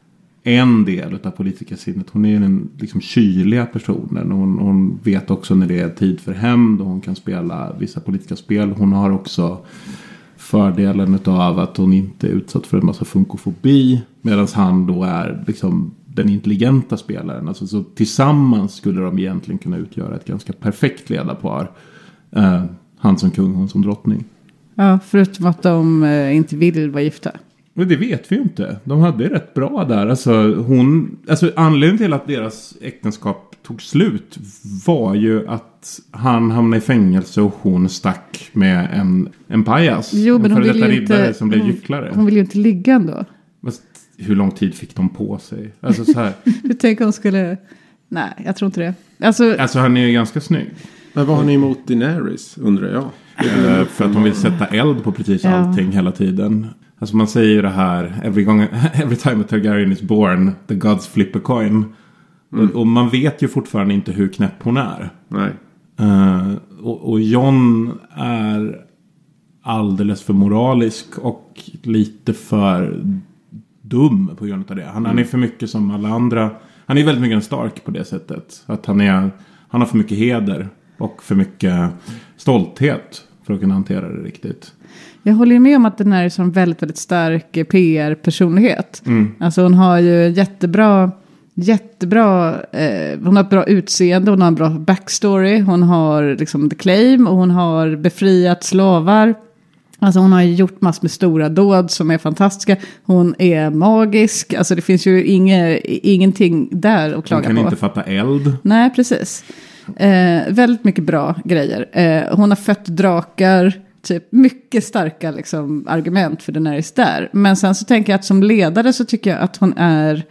en del av politikersinnet. Hon är den liksom kyliga personen. Hon, hon vet också när det är tid för hämnd. Och hon kan spela vissa politiska spel. Hon har också fördelen av att hon inte är utsatt för en massa funkofobi. Medan han då är liksom den intelligenta spelaren. Alltså, så tillsammans skulle de egentligen kunna utgöra ett ganska perfekt ledarpar. Uh, han som kung, hon som drottning. Ja, förutom att de uh, inte vill vara gifta. Men det vet vi ju inte. De hade rätt bra där. Alltså, hon, alltså, anledningen till att deras äktenskap tog slut var ju att han hamnade i fängelse och hon stack med en, en pajas. Jo, men hon vill ju inte, som blev gycklare. Hon vill ju inte ligga ändå. Men hur lång tid fick de på sig? Alltså så här. Du tänker hon skulle... Nej, jag tror inte det. Alltså, alltså han är ju ganska snygg. Men vad har ni emot Daenerys, undrar jag? Uh, för att hon vill sätta eld på precis ja. allting hela tiden. Alltså man säger ju det här. Every, gång, every time a Targaryen is born, the gods flip a coin. Mm. Och, och man vet ju fortfarande inte hur knäpp hon är. Nej. Uh, och, och Jon är alldeles för moralisk och lite för dum på grund av det. Han, mm. han är för mycket som alla andra. Han är väldigt mycket en Stark på det sättet. Att han, är, han har för mycket heder och för mycket stolthet för att kunna hantera det riktigt. Jag håller med om att den är en väldigt, väldigt stark P R-personlighet. Mm. Alltså hon har ju jättebra, jättebra, eh, hon har ett bra utseende, hon har en bra backstory, hon har liksom the claim och hon har befriat slavar. Alltså hon har gjort massor med stora dåd som är fantastiska. Hon är magisk. Alltså det finns ju inge, ingenting där att klaga på. Hon kan på. inte fatta eld. Nej, precis. Eh, väldigt mycket bra grejer. Eh, hon har fött drakar. Typ mycket starka liksom, argument för Daenerys där. Men sen så tänker jag att som ledare så tycker jag att hon är...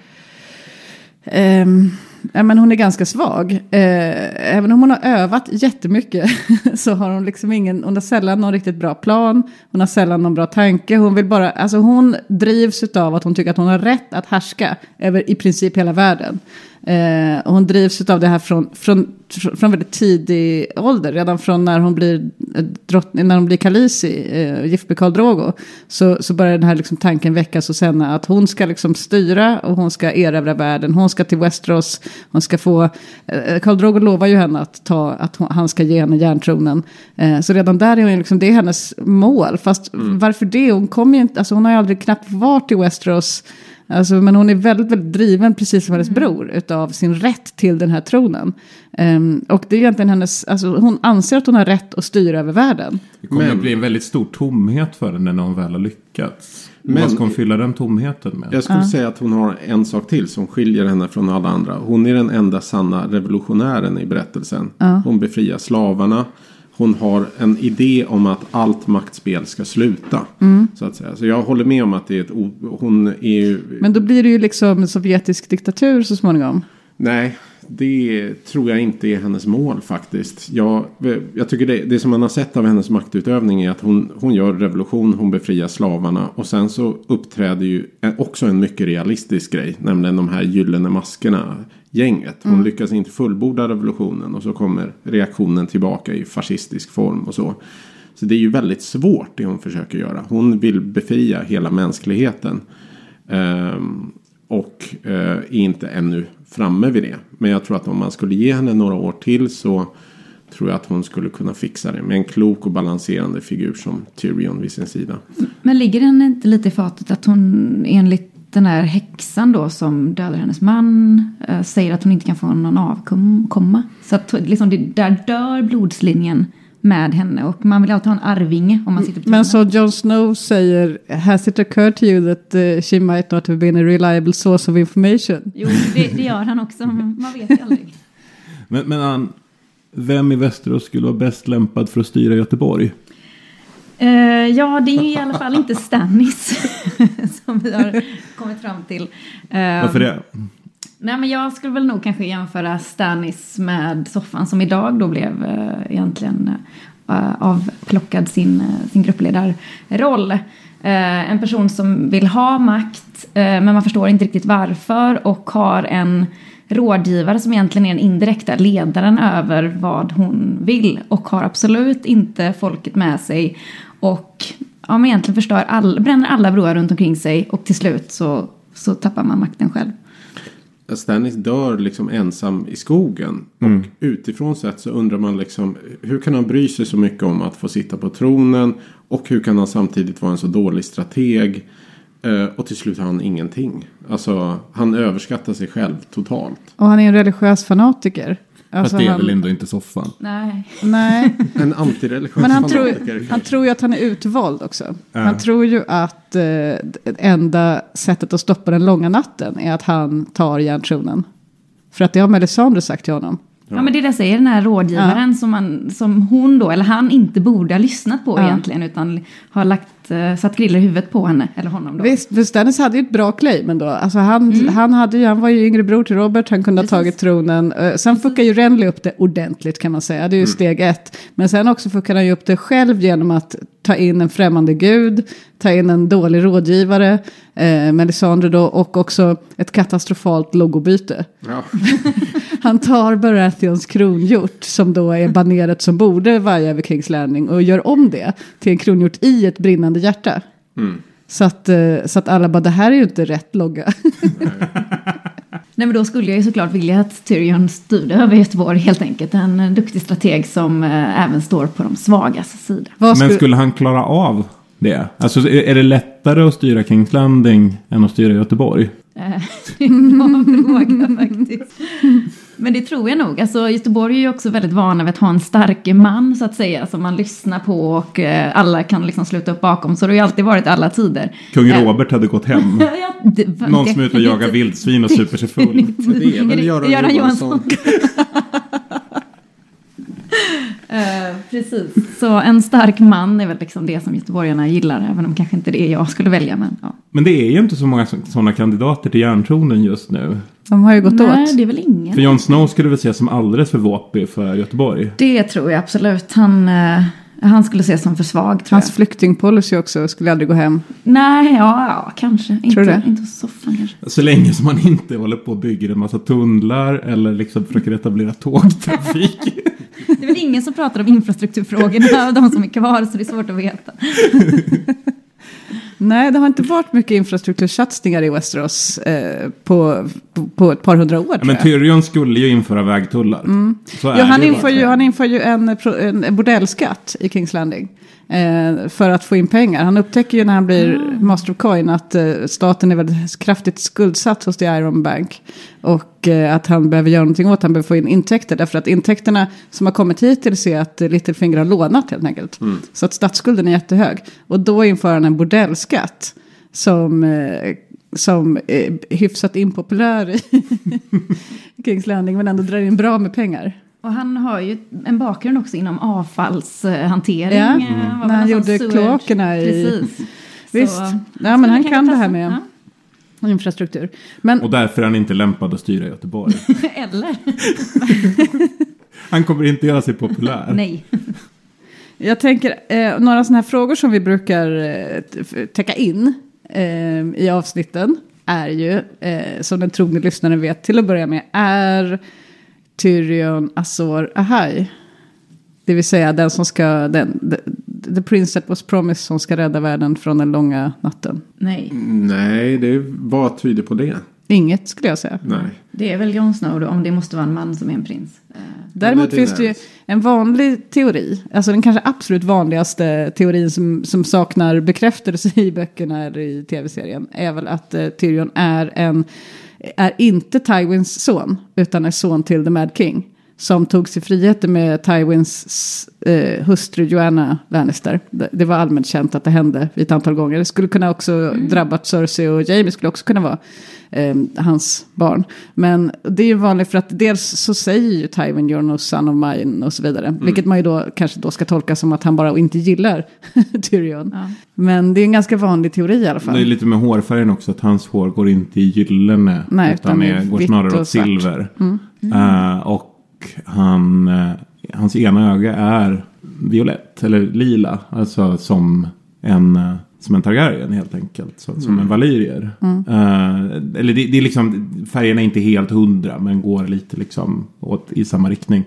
Eh, ja, men hon är ganska svag. Eh, även om hon har övat jättemycket så har hon liksom ingen... Hon har sällan någon riktigt bra plan. Hon har sällan någon bra tanke. Hon vill bara... Alltså hon drivs av att hon tycker att hon har rätt att härska över i princip hela världen. Eh, och hon drivs av det här från, från, från väldigt tidig ålder. Redan från när hon blir drottning, när hon blir Khaleesi, eh, gift med Khal Drogo. Så, så börjar den här liksom tanken väckas hos henne att hon ska liksom styra och hon ska erövra världen. Hon ska till Westeros, hon ska få... Eh, Khal Drogo lovar ju henne att, ta, att hon, han ska ge henne järntronen. Eh, så redan där är hon liksom, det är hennes mål. Fast mm. varför det? Hon kommer ju inte, alltså hon har ju aldrig knappt varit i Westeros. Alltså, men hon är väldigt, väldigt driven, precis som hennes mm. bror, utav sin rätt till den här tronen. Um, och det är egentligen hennes, alltså, hon anser att hon har rätt att styra över världen. Det kommer men, att bli en väldigt stor tomhet för henne när hon väl har lyckats. Men, vad ska hon fylla den tomheten med? Jag skulle ja. säga att hon har en sak till som skiljer henne från alla andra. Hon är den enda sanna revolutionären i berättelsen. Ja. Hon befriar slavarna. Hon har en idé om att allt maktspel ska sluta. Mm. Så att säga. Så jag håller med om att det är ett... O- hon är ju... Men då blir det ju liksom sovjetisk diktatur så småningom. Nej, det tror jag inte är hennes mål faktiskt. Jag, jag tycker det, det som man har sett av hennes maktutövning är att hon, hon gör revolution, hon befriar slavarna. Och sen så uppträder ju också en mycket realistisk grej. Nämligen de här gyllene maskerna. Gänget. Hon mm. lyckas inte fullborda revolutionen och så kommer reaktionen tillbaka i fascistisk form och så. Så det är ju väldigt svårt det hon försöker göra. Hon vill befria hela mänskligheten ehm, och eh, är inte ännu framme vid det. Men jag tror att om man skulle ge henne några år till så tror jag att hon skulle kunna fixa det. Med en klok och balanserande figur som Tyrion vid sin sida. Men ligger den inte lite i fatet att hon enligt den här häxan då som dödar hennes man äh, säger att hon inte kan få någon avkomma. Så att liksom, det, där dör blodslinjen med henne. Och man vill alltid ha en arvinge om man sitter på Men så Jon Snow säger, has it occurred to you that uh, she might not have been a reliable source of information? Jo, det, det gör han också. Man vet ju aldrig. Men, men han, vem i Västerås skulle vara bäst lämpad för att styra Göteborg? Uh, ja, det är i alla fall inte Stannis som vi har kommit fram till. Uh, Varför det? Nej, men jag skulle väl nog kanske jämföra Stannis med Soffan som idag då blev uh, egentligen uh, avplockad sin, uh, sin gruppledarroll. Uh, en person som vill ha makt uh, men man förstår inte riktigt varför och har en rådgivare som egentligen är den indirekta ledaren över vad hon vill och har absolut inte folket med sig och ja, men egentligen förstör all, bränner alla broar runt omkring sig och till slut så, så tappar man makten själv. Stannis dör liksom ensam i skogen. Mm. Och utifrån sett så undrar man liksom, hur kan han bry sig så mycket om att få sitta på tronen? Och hur kan han samtidigt vara en så dålig strateg? Uh, och till slut har han ingenting. Alltså, han överskattar sig själv totalt. Och han är en religiös fanatiker. Alltså, Fast det är han... väl ändå inte Soffan. Nej. Nej. En antireligiös Men han fanatiker. tror, han tror ju att han är utvald också. Uh. Han tror ju att eh, det enda sättet att stoppa den långa natten är att han tar järntronen. För att det har Melisandre sagt till honom. Ja, ja men det är det jag säger, den här rådgivaren ja. som, man, som hon då, eller han inte borde ha lyssnat på ja. egentligen, utan har lagt, uh, satt griller i huvudet på henne, eller honom då. Visst, för Stannis hade ju ett bra claim ändå. Alltså han, mm. han, hade ju, han var ju yngre bror till Robert, han kunde Precis. ha tagit tronen. Uh, sen fuckade ju Renly upp det ordentligt kan man säga, det är ju mm. steg ett. Men sen också fuckade han ju upp det själv genom att ta in en främmande gud, ta in en dålig rådgivare, eh, Melisandre då, och också ett katastrofalt logobyte. Ja. Han tar Baratheons kronhjort, som då är baneret som borde vaja över Kings Landing, och gör om det till en kronhjort i ett brinnande hjärta. Mm. Så, att, eh, så att alla bara, det här är ju inte rätt logga. Nej, men då skulle jag ju såklart vilja att Tyrion styrde över Göteborg helt enkelt. En duktig strateg som eh, även står på de svagas sida. Men skulle... skulle han klara av det? Alltså är, är det lättare att styra Kings Landing än att styra Göteborg? Bra fråga faktiskt. Men det tror jag nog. Alltså Göteborg är ju också väldigt vana vid att ha en stark man så att säga, som man lyssnar på och eh, alla kan liksom sluta upp bakom. Så det har ju alltid varit alla tider. Kung Robert hade gått hem. ja, det, Någon som är ute och jagar vildsvin och super sig full. Det är väl Göran, Göran Johansson. Uh, precis, så en stark man är väl liksom det som göteborgarna gillar, även om kanske inte det är jag skulle välja, men ja. Men det är ju inte så många sådana kandidater till järntronen just nu. De har ju gått Nej, åt. Nej, det är väl ingen. För Jon Snow skulle väl ses som alldeles för våpig för Göteborg. Det tror jag absolut. Han, uh, han skulle ses som för svag, tror Hans jag. flyktingpolicy också skulle aldrig gå hem. Nej, ja, ja kanske. Tror inte, du? Inte så Soffan kanske. Så länge som man inte håller på och bygger en massa tunnlar eller liksom försöker etablera tågtrafik. Det är väl ingen som pratar om infrastrukturfrågorna av de som är kvar, så det är svårt att veta. Nej, det har inte varit mycket infrastruktursatsningar i Westeros eh, på, på, på ett par hundra år. Ja, men Tyrion skulle ju införa vägtullar. Mm. Så ja, han, inför ju, han inför ju en, en bordellskatt i Kings Landing. Eh, för att få in pengar. Han upptäcker ju när han blir mm. Master of Coin att eh, staten är väldigt kraftigt skuldsatt hos The Iron Bank. Och eh, att han behöver göra någonting åt. Han behöver få in intäkter. Därför att intäkterna som har kommit hittills är att Littlefinger har lånat helt enkelt. Mm. Så att statsskulden är jättehög. Och då inför han en bordellskatt. Som, eh, som är hyfsat impopulär i Kings Landing. Men ändå drar in bra med pengar. Och han har ju en bakgrund också inom avfallshantering. Ja, mm. när han gjorde kloakerna i... Precis. Visst, så, ja, men han kan, kan det här med ja. infrastruktur. Men... Och därför är han inte lämpad att styra Göteborg. Eller? Han kommer inte göra sig populär. Nej. Jag tänker, eh, några sådana här frågor som vi brukar eh, täcka in eh, i avsnitten är ju, eh, som den trogne lyssnaren vet till att börja med, är... Tyrion Azor Ahai. Det vill säga den som ska den, the, the prince that was promised som ska rädda världen från den långa natten. Nej. Nej, det var tyder på det. Inget skulle jag säga. Nej. Det är väl Jon Snow då, om det måste vara en man som är en prins. Däremot det finns det ju en vanlig teori, alltså den kanske absolut vanligaste teorin som, som saknar bekräftelse i böckerna eller i tv-serien är väl att uh, Tyrion är en är inte Tywins son utan är son till The Mad King som tog sig friheter med Tywins uh, hustru Joanna Lannister. Det, det var allmänt känt att det hände ett antal gånger. Det skulle kunna också mm. drabbat Cersei och Jaime skulle också kunna vara Eh, hans barn. Men det är ju vanligt för att dels så säger ju Tywin you're no son of mine och så vidare. Mm. Vilket man ju då kanske då ska tolka som att han bara inte gillar Tyrion. Ja. Men det är en ganska vanlig teori i alla fall. Det är lite med hårfärgen också att hans hår går inte i gyllene. Nej, utan är, går snarare åt silver. Mm. Mm. Uh, och han, uh, hans ena öga är violett eller lila. Alltså som en... Uh, som en Targaryen helt enkelt. Så, mm. Som en Valyrier. Mm. Uh, eller det, det är liksom... Färgerna är inte helt hundra. Men går lite liksom åt, i samma riktning.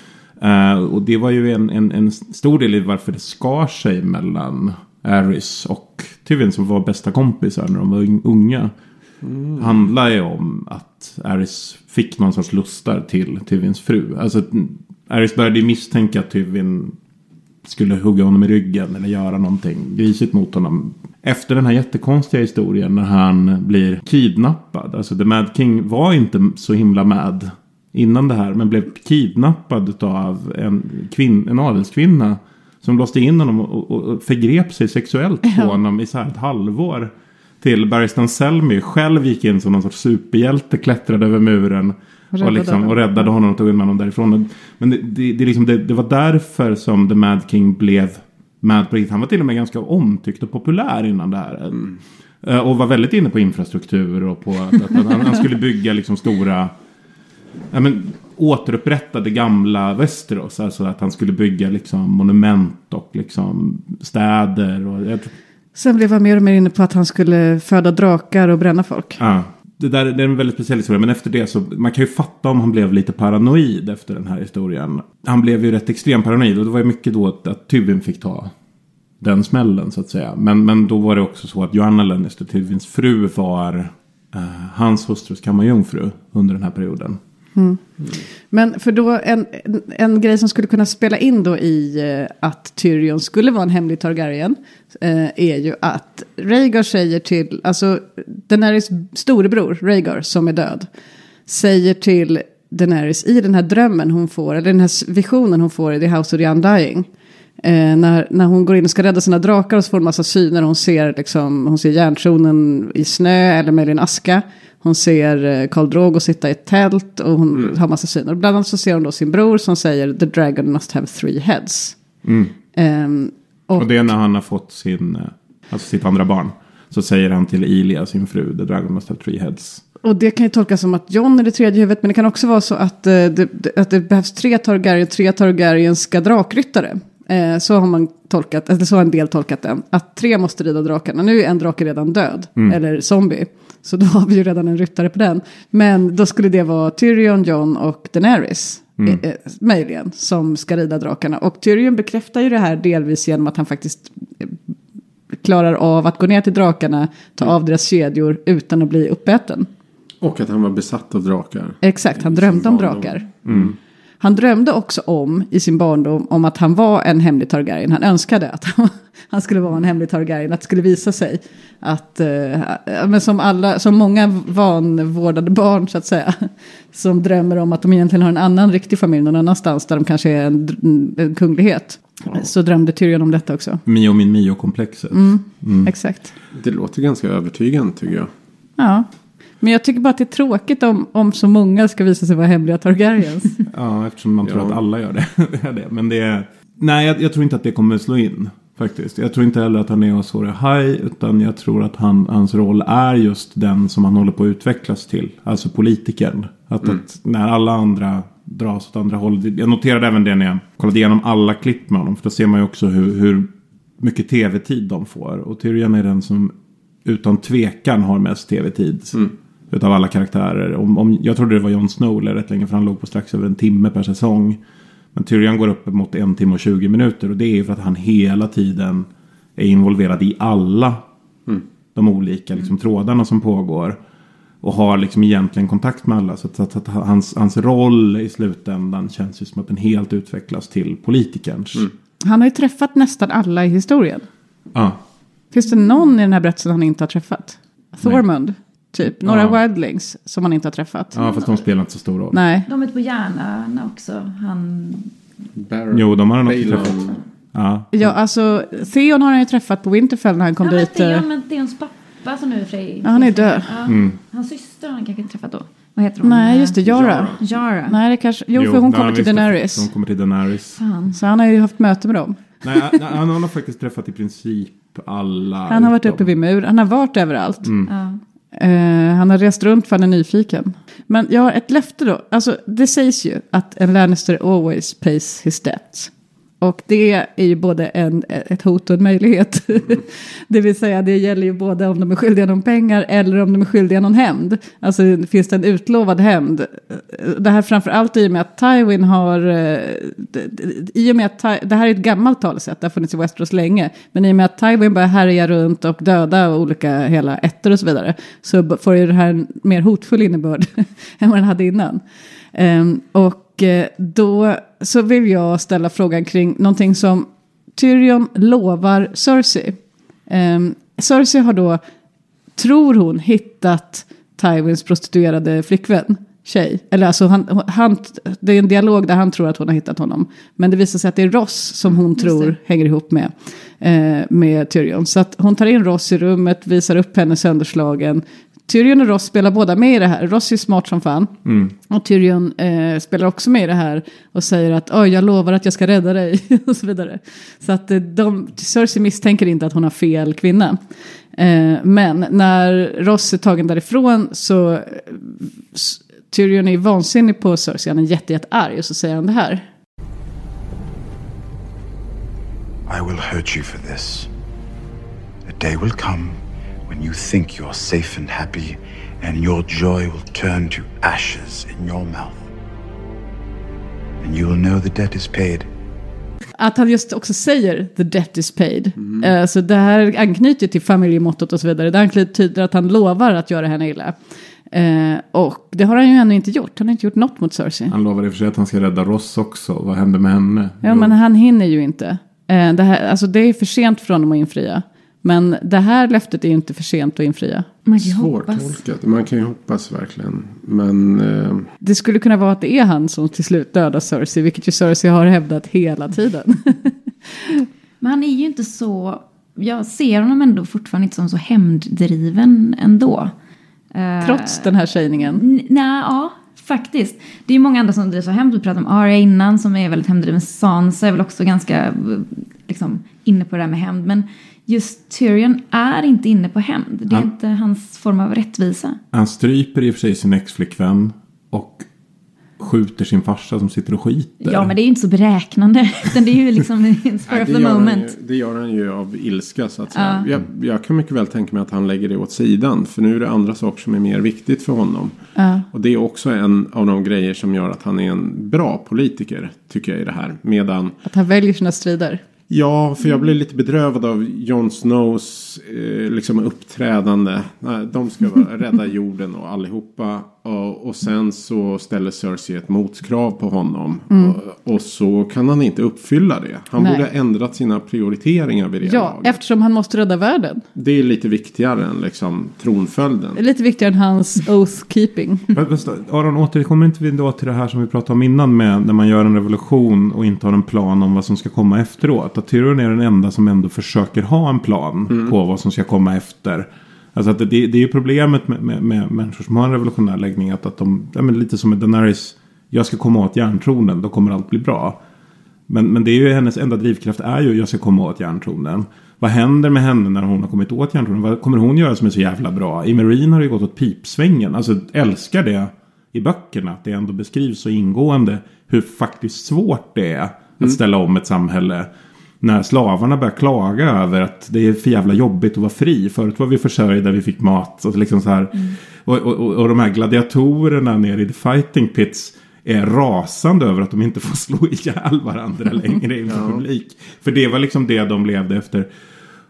Uh, och det var ju en, en, en stor del i varför det skar sig mellan Aerys och Tywin som var bästa kompisar när de var unga. Mm. Handlar ju om att Aerys fick någon sorts lustar till Tywins fru. Alltså Aerys började misstänka att Tywin skulle hugga honom i ryggen eller göra någonting grisigt mot honom. Efter den här jättekonstiga historien när han blir kidnappad. Alltså The Mad King var inte så himla mad innan det här. Men blev kidnappad av en, kvinn, en adelskvinna som låste in honom och, och, och förgrep sig sexuellt på ja. honom i så här ett halvår. Till Barristan Selmy själv gick in som någon sorts superhjälte, klättrade över muren. Och, liksom, och räddade honom och tog in honom därifrån. Men det, det, det, liksom, det, det var därför som The Mad King blev mad på riktigt. Han var till och med ganska omtyckt och populär innan det här. Mm. Uh, och var väldigt inne på infrastruktur. Och på att, att, att han, han skulle bygga liksom stora... Ja, men, återupprätta det gamla Westeros. Alltså att han skulle bygga liksom, monument och liksom, städer. Och, jag... Sen blev han mer och mer inne på att han skulle föda drakar och bränna folk. Ja. Uh. Det, där, det är en väldigt speciell historia. Men efter det så... Man kan ju fatta om han blev lite paranoid efter den här historien. Han blev ju rätt extrem paranoid. Och det var ju mycket då att, att Tywin fick ta den smällen så att säga. Men, men då var det också så att Joanna Lannister, Tywyns fru, var eh, hans hustrus kammarjungfru under den här perioden. Mm. Mm. Men för då en, en, en grej som skulle kunna spela in då i eh, att Tyrion skulle vara en hemlig Targaryen eh, är ju att Rhaegar säger till, alltså Daenerys storebror Rhaegar som är död säger till Daenerys i den här drömmen hon får, eller den här visionen hon får i The House of the Undying eh, när, när hon går in och ska rädda sina drakar och så får en massa syner. Hon ser liksom, hon ser järntronen i snö eller möjligen aska. Hon ser Khal Drogo sitta i ett tält och hon mm. har massa syner. Bland annat så ser hon då sin bror som säger The dragon must have three heads. Mm. Um, och, och det är när han har fått sin, alltså sitt andra barn. Så säger han till Ilia, sin fru, The dragon must have three heads. Och det kan ju tolkas som att Jon är det tredje huvudet. Men det kan också vara så att, uh, det, att det behövs tre Targaryen, tre Targaryenska drakryttare. Uh, så har man tolkat, eller så har en del tolkat den. Att tre måste rida drakarna. Nu är en drake redan död. Mm. Eller zombie. Så då har vi ju redan en ryttare på den. Men då skulle det vara Tyrion, Jon och Daenerys. Mm. Eh, möjligen. Som ska rida drakarna. Och Tyrion bekräftar ju det här delvis genom att han faktiskt eh, klarar av att gå ner till drakarna. Ta av deras kedjor utan att bli uppäten. Och att han var besatt av drakar. Exakt, han drömde om drakar. Mm. Han drömde också om, i sin barndom, om att han var en hemlig Targaryen. Han önskade att han, han skulle vara en hemlig Targaryen. Att det skulle visa sig att, eh, men som, alla, som många vanvårdade barn så att säga, som drömmer om att de egentligen har en annan riktig familj någon annanstans där de kanske är en, en kunglighet. Ja. Så drömde Tyrion om detta också. Mio min Mio-komplexet. Mm, mm. Exakt. Det låter ganska övertygande tycker jag. Ja. Men jag tycker bara att det är tråkigt om, om så många ska visa sig vara hemliga Targaryens. Ja, eftersom man tror ja. att alla gör det. det, är det. Men det är... Nej, jag, jag tror inte att det kommer slå in. Faktiskt. Jag tror inte heller att han är Azor Ahai. Utan jag tror att han, hans roll är just den som han håller på att utvecklas till. Alltså politikern. Att, mm. att när alla andra dras åt andra håll. Jag noterade även det när jag kollade igenom alla klipp med honom. För då ser man ju också hur, hur mycket tv-tid de får. Och Tyrion är den som utan tvekan har mest tv-tid. Mm. Utav alla karaktärer. Om, om, jag trodde det var Jon Snow eller rätt länge. För han låg på strax över en timme per säsong. Men Tyrion går upp mot en timme och tjugo minuter. Och det är för att han hela tiden är involverad i alla mm. de olika liksom, trådarna som pågår. och har liksom egentligen kontakt med alla. Så att, att, att hans, hans roll i slutändan känns ju som att den helt utvecklas till politikerns. Mm. Han har ju träffat nästan alla i historien. Ja. Finns det någon i den här berättelsen han inte har träffat? Thormund, Nej. typ. Några ja. wildlings som han inte har träffat. Ja, fast de spelar inte så stor roll. Nej. De är på Järna också. Han... Baron. Jo, de har han också träffat. Ja. ja, alltså Theon har han ju träffat på Winterfell när han kom ja, dit. Men Theon, men Theons pappa som nu är fri. Ja, han är död. Ja. Mm. Hans syster har han kanske inte träffat då. Vad heter hon? Nej, just det, Yara. Yara. Nej, det kanske... Jo, jo för hon kommer till Daenerys. Hon kommer till Daenerys. Fan. Så han har ju haft möte med dem. Nej, han, han har faktiskt träffat i princip alla. Han har varit uppe vid mur. Han har varit överallt. Mm. Ja. Uh, han har rest runt för han är nyfiken. Men jag har ett löfte då. Alltså, det sägs ju att en Lannister always pays his debts. Och det är ju både en, ett hot och en möjlighet. Mm. Det vill säga det gäller ju både om de är skyldiga någon pengar eller om de är skyldiga någon hämnd. Alltså finns det en utlovad hämnd. Det här framförallt i och med att Tywin har... I och med att det här är ett gammalt talesätt. Det har funnits i Westeros länge. Men i och med att Tywin börjar härja runt och döda olika hela ätter och så vidare. Så får ju det här en mer hotfull innebörd än vad den hade innan. Um, och då så vill jag ställa frågan kring någonting som Tyrion lovar Cersei. Um, Cersei har då, tror hon, hittat Tywins prostituerade flickvän, tjej. Eller alltså han, han, det är en dialog där han tror att hon har hittat honom. Men det visar sig att det är Ross som hon tror hänger ihop med, eh, med Tyrion. Så att hon tar in Ross i rummet, visar upp henne sönderslagen. Tyrion och Ross spelar båda med i det här. Ross är smart som fan. Mm. Och Tyrion eh, spelar också med i det här. Och säger att Oj, jag lovar att jag ska rädda dig. och så vidare. Så att eh, de, Cersei misstänker inte att hon har fel kvinna. Eh, men när Ross är tagen därifrån så eh, Tyrion är vansinnig på Cersei. Han är jätte, jätte arg. Och så säger han det här. I will hurt you for this. A day will come when you think you're safe and happy, and your joy will turn to ashes in your mouth. And you will know the debt is paid. Att han just också säger the debt is paid. Mm. Uh, så det här anknyter till familjemottot och så vidare. Det anknyter att han lovar att göra henne illa. Uh, och det har han ju ännu inte gjort. Han har inte gjort något mot Cersei. Han lovar i och för sig att han ska rädda Ross också. Vad händer med henne? Ja, jo. Men han hinner ju inte. Uh, det, här, alltså det är för sent för honom att infria. Men det här löftet är ju inte för sent att infria. Svårtolkat. Man kan ju hoppas verkligen. Men... Eh... Det skulle kunna vara att det är han som till slut dödar Cersei. Vilket ju Cersei har hävdat hela tiden. Men han är ju inte så... Jag ser honom ändå fortfarande inte som så hämnddriven ändå. Trots den här sägningen? N- nej, ja. Faktiskt. Det är ju många andra som drivs av hämnd. Vi pratade om Arya innan som är väldigt hämnddriven. Sansa är väl också ganska liksom, inne på det här med hämnd. Men just Tyrion är inte inne på hämnd. Det är han, inte hans form av rättvisa. Han stryper i och för sig sin ex-flickvän och skjuter sin farsa som sitter och skiter. Ja, men det är ju inte så beräknande. Utan det är ju liksom en spur of the moment. Ju, det gör han ju av ilska så att säga. Ja. Jag, jag kan mycket väl tänka mig att han lägger det åt sidan. För nu är det andra saker som är mer viktigt för honom. Ja. Och det är också en av de grejer som gör att han är en bra politiker, tycker jag, i det här. Medan... Att han väljer sina strider. Ja, för jag blev lite bedrövad av Jon Snows eh, liksom uppträdande. Nej, de ska vara rädda jorden och allihopa. Och, och sen så ställer Cersei ett motkrav på honom. Mm. Och, och så kan han inte uppfylla det. Han Nej. borde ha ändrat sina prioriteringar vid det Ja, laget. eftersom han måste rädda världen. Det är lite viktigare än liksom tronföljden. Det är lite viktigare än hans oath-keeping. Aron, återkommer inte vi då till det här som vi pratade om innan med när man gör en revolution och inte har en plan om vad som ska komma efteråt. Att Tyrion är den enda som ändå försöker ha en plan mm. på vad som ska komma efter. Alltså att det, det är ju problemet med, med, med människor som har en revolutionär läggning. Att, att de, ja, men lite som med Daenerys, jag ska komma åt järntronen, då kommer allt bli bra. Men, men det är ju hennes enda drivkraft är ju, jag ska komma åt järntronen. Vad händer med henne när hon har kommit åt järntronen? Vad kommer hon göra som är så jävla bra? I Meereen har det ju gått åt pipsvängen. Alltså älskar det i böckerna. Att det ändå beskrivs så ingående hur faktiskt svårt det är att mm. ställa om ett samhälle. När slavarna börjar klaga över att det är för jävla jobbigt att vara fri. Förut var vi försörjda, vi fick mat. Och, liksom så här. Mm. Och, och, och de här gladiatorerna nere i the fighting pits är rasande över att de inte får slå ihjäl varandra längre inför ja. publik. För det var liksom det de levde efter.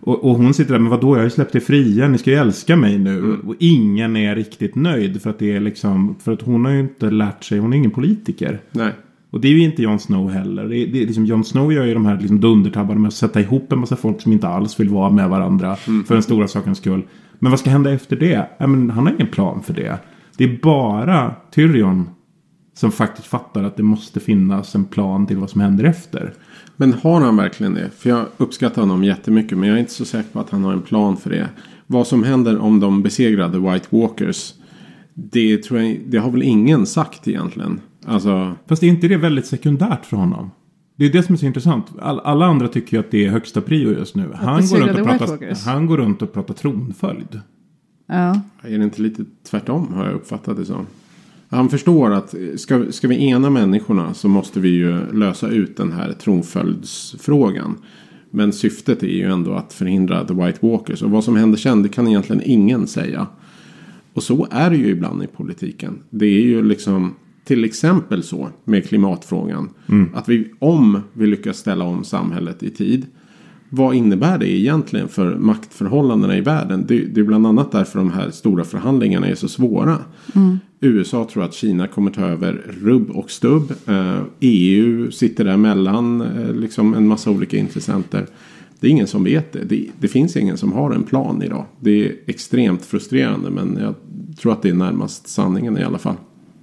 Och, och hon sitter där, men vadå, jag har ju släppt det fria, ni ska ju älska mig nu. Mm. Och ingen är riktigt nöjd för att det är liksom, för att hon har ju inte lärt sig, hon är ingen politiker. Nej. Och det är ju inte Jon Snow heller. Det är, det är liksom, Jon Snow gör ju de här liksom dundertabbarna med att sätta ihop en massa folk som inte alls vill vara med varandra mm. för den stora sakens skull. Men vad ska hända efter det? Ja, men han har ingen plan för det. Det är bara Tyrion som faktiskt fattar att det måste finnas en plan till vad som händer efter. Men har han verkligen det? För jag uppskattar honom jättemycket, men jag är inte så säker på att han har en plan för det. Vad som händer om de besegrar The White Walkers, det, tror jag, det har väl ingen sagt egentligen. Alltså... Fast är inte det väldigt sekundärt för honom? Det är det som är så intressant. All, alla andra tycker ju att det är högsta prio just nu. Han går, runt och pratar, han går runt och pratar tronföljd. Ja. Är det inte lite tvärtom, har jag uppfattat det som. Han förstår att ska, ska vi ena människorna så måste vi ju lösa ut den här tronföljdsfrågan. Men syftet är ju ändå att förhindra The White Walkers. Och vad som händer sen, det kan egentligen ingen säga. Och så är det ju ibland i politiken. Det är ju liksom till exempel så med klimatfrågan. Mm. Att vi, om vi lyckas ställa om samhället i tid, vad innebär det egentligen för maktförhållandena i världen? Det, det är bland annat därför de här stora förhandlingarna är så svåra. Mm. U S A tror att Kina kommer ta över rubb och stubb. Eh, E U sitter där mellan eh, liksom en massa olika intressenter. Det är ingen som vet det. det. Det finns ingen som har en plan idag. Det är extremt frustrerande, men jag tror att det är närmast sanningen i alla fall.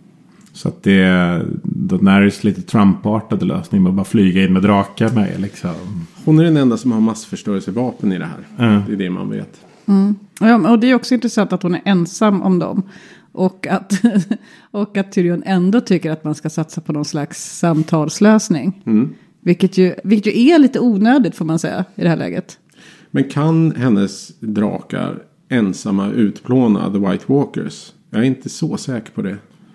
Så att det är Daenerys lite Trump-artade lösning med att bara flyga in med drakar med liksom. Hon är den enda som har massförstörelsevapen i det här. Mm. Det är det man vet. Mm. Ja, och det är också intressant att hon är ensam om dem. Och att, och att Tyrion ändå tycker att man ska satsa på någon slags samtalslösning. Mm. Vilket, ju, vilket ju är lite onödigt, får man säga, i det här läget. Men kan hennes drakar ensamma utplåna The White Walkers? Jag är inte så säker på det.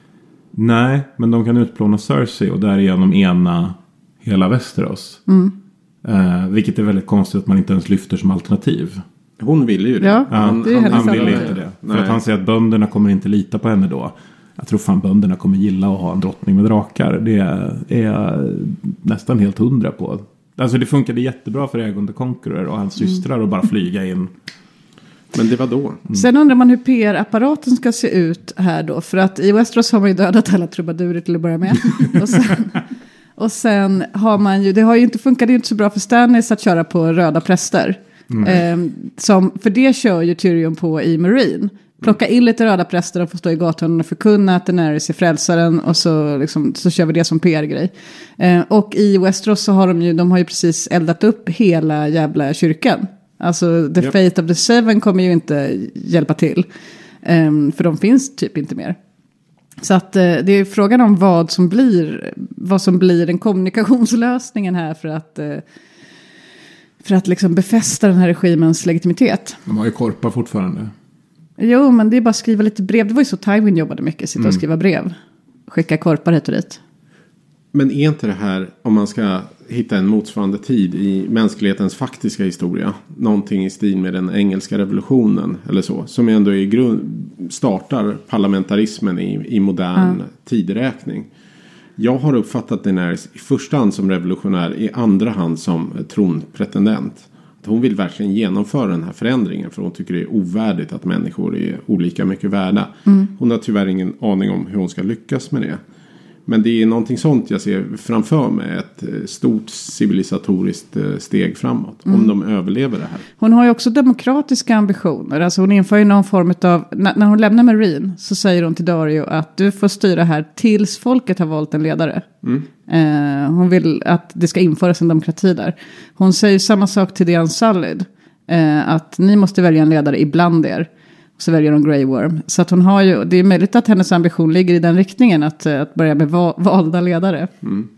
Nej, men de kan utplåna Cersei och därigenom ena hela Västerås. Mm. Eh, vilket är väldigt konstigt att man inte ens lyfter som alternativ. Hon ville ju det. Ja, han det han, han ville inte det. Nej. För att han säger att bönderna kommer inte lita på henne då. Jag tror fan bönderna kommer gilla att ha en drottning med drakar. Det är, är jag nästan helt hundra på. Alltså det funkade jättebra för Aegon the Conqueror och hans mm. systrar att bara flyga in. Men det var då. Mm. Sen undrar man hur P R-apparaten ska se ut här då. För att i Westeros har man ju dödat alla trubadurer till att börja med. och, sen, och sen har man ju, det har ju inte funkat, det är inte så bra för Stannis att köra på röda präster. Mm. Eh, som, för det kör ju Tyrion på i Marine. Plocka in lite röda präster och få stå i gatan och förkunna att Daenerys är frälsaren. Och så, liksom, så kör vi det som P R-grej. Eh, och i Westeros så har de ju, de har ju precis eldat upp hela jävla kyrkan. Alltså The yep. Fate of the Seven kommer ju inte hjälpa till. Um, för de finns typ inte mer. Så att uh, det är frågan om vad som blir vad som blir den kommunikationslösningen här för att uh, för att liksom befästa den här regimens legitimitet. De har ju korpa fortfarande. Jo, men det är bara att skriva lite brev. Det var ju så Tywin jobbade mycket, sitta mm. och skriva brev. Skicka korpar hit och dit. Men är inte det här, om man ska hitta en motsvarande tid i mänsklighetens faktiska historia, någonting i stil med den engelska revolutionen eller så, som ändå i grund startar parlamentarismen i, i modern mm. tideräkning. Jag har uppfattat Daenerys i första hand som revolutionär, i andra hand som tronpretendent. Att hon vill verkligen genomföra den här förändringen, för hon tycker det är ovärdigt att människor är olika mycket värda. Mm. Hon har tyvärr ingen aning om hur hon ska lyckas med det. Men det är någonting sånt jag ser framför mig. Ett stort civilisatoriskt steg framåt. Mm. Om de överlever det här. Hon har ju också demokratiska ambitioner. Alltså hon inför ju någon form av... När hon lämnar Marine så säger hon till Dario att du får styra här tills folket har valt en ledare. Mm. Eh, hon vill att det ska införas en demokrati där. Hon säger samma sak till The Unsullied. Eh, att ni måste välja en ledare ibland er. Så väljer de Grey Worm. Så att hon har ju, det är möjligt att hennes ambition ligger i den riktningen. Att, att börja med va, valda ledare. Mm.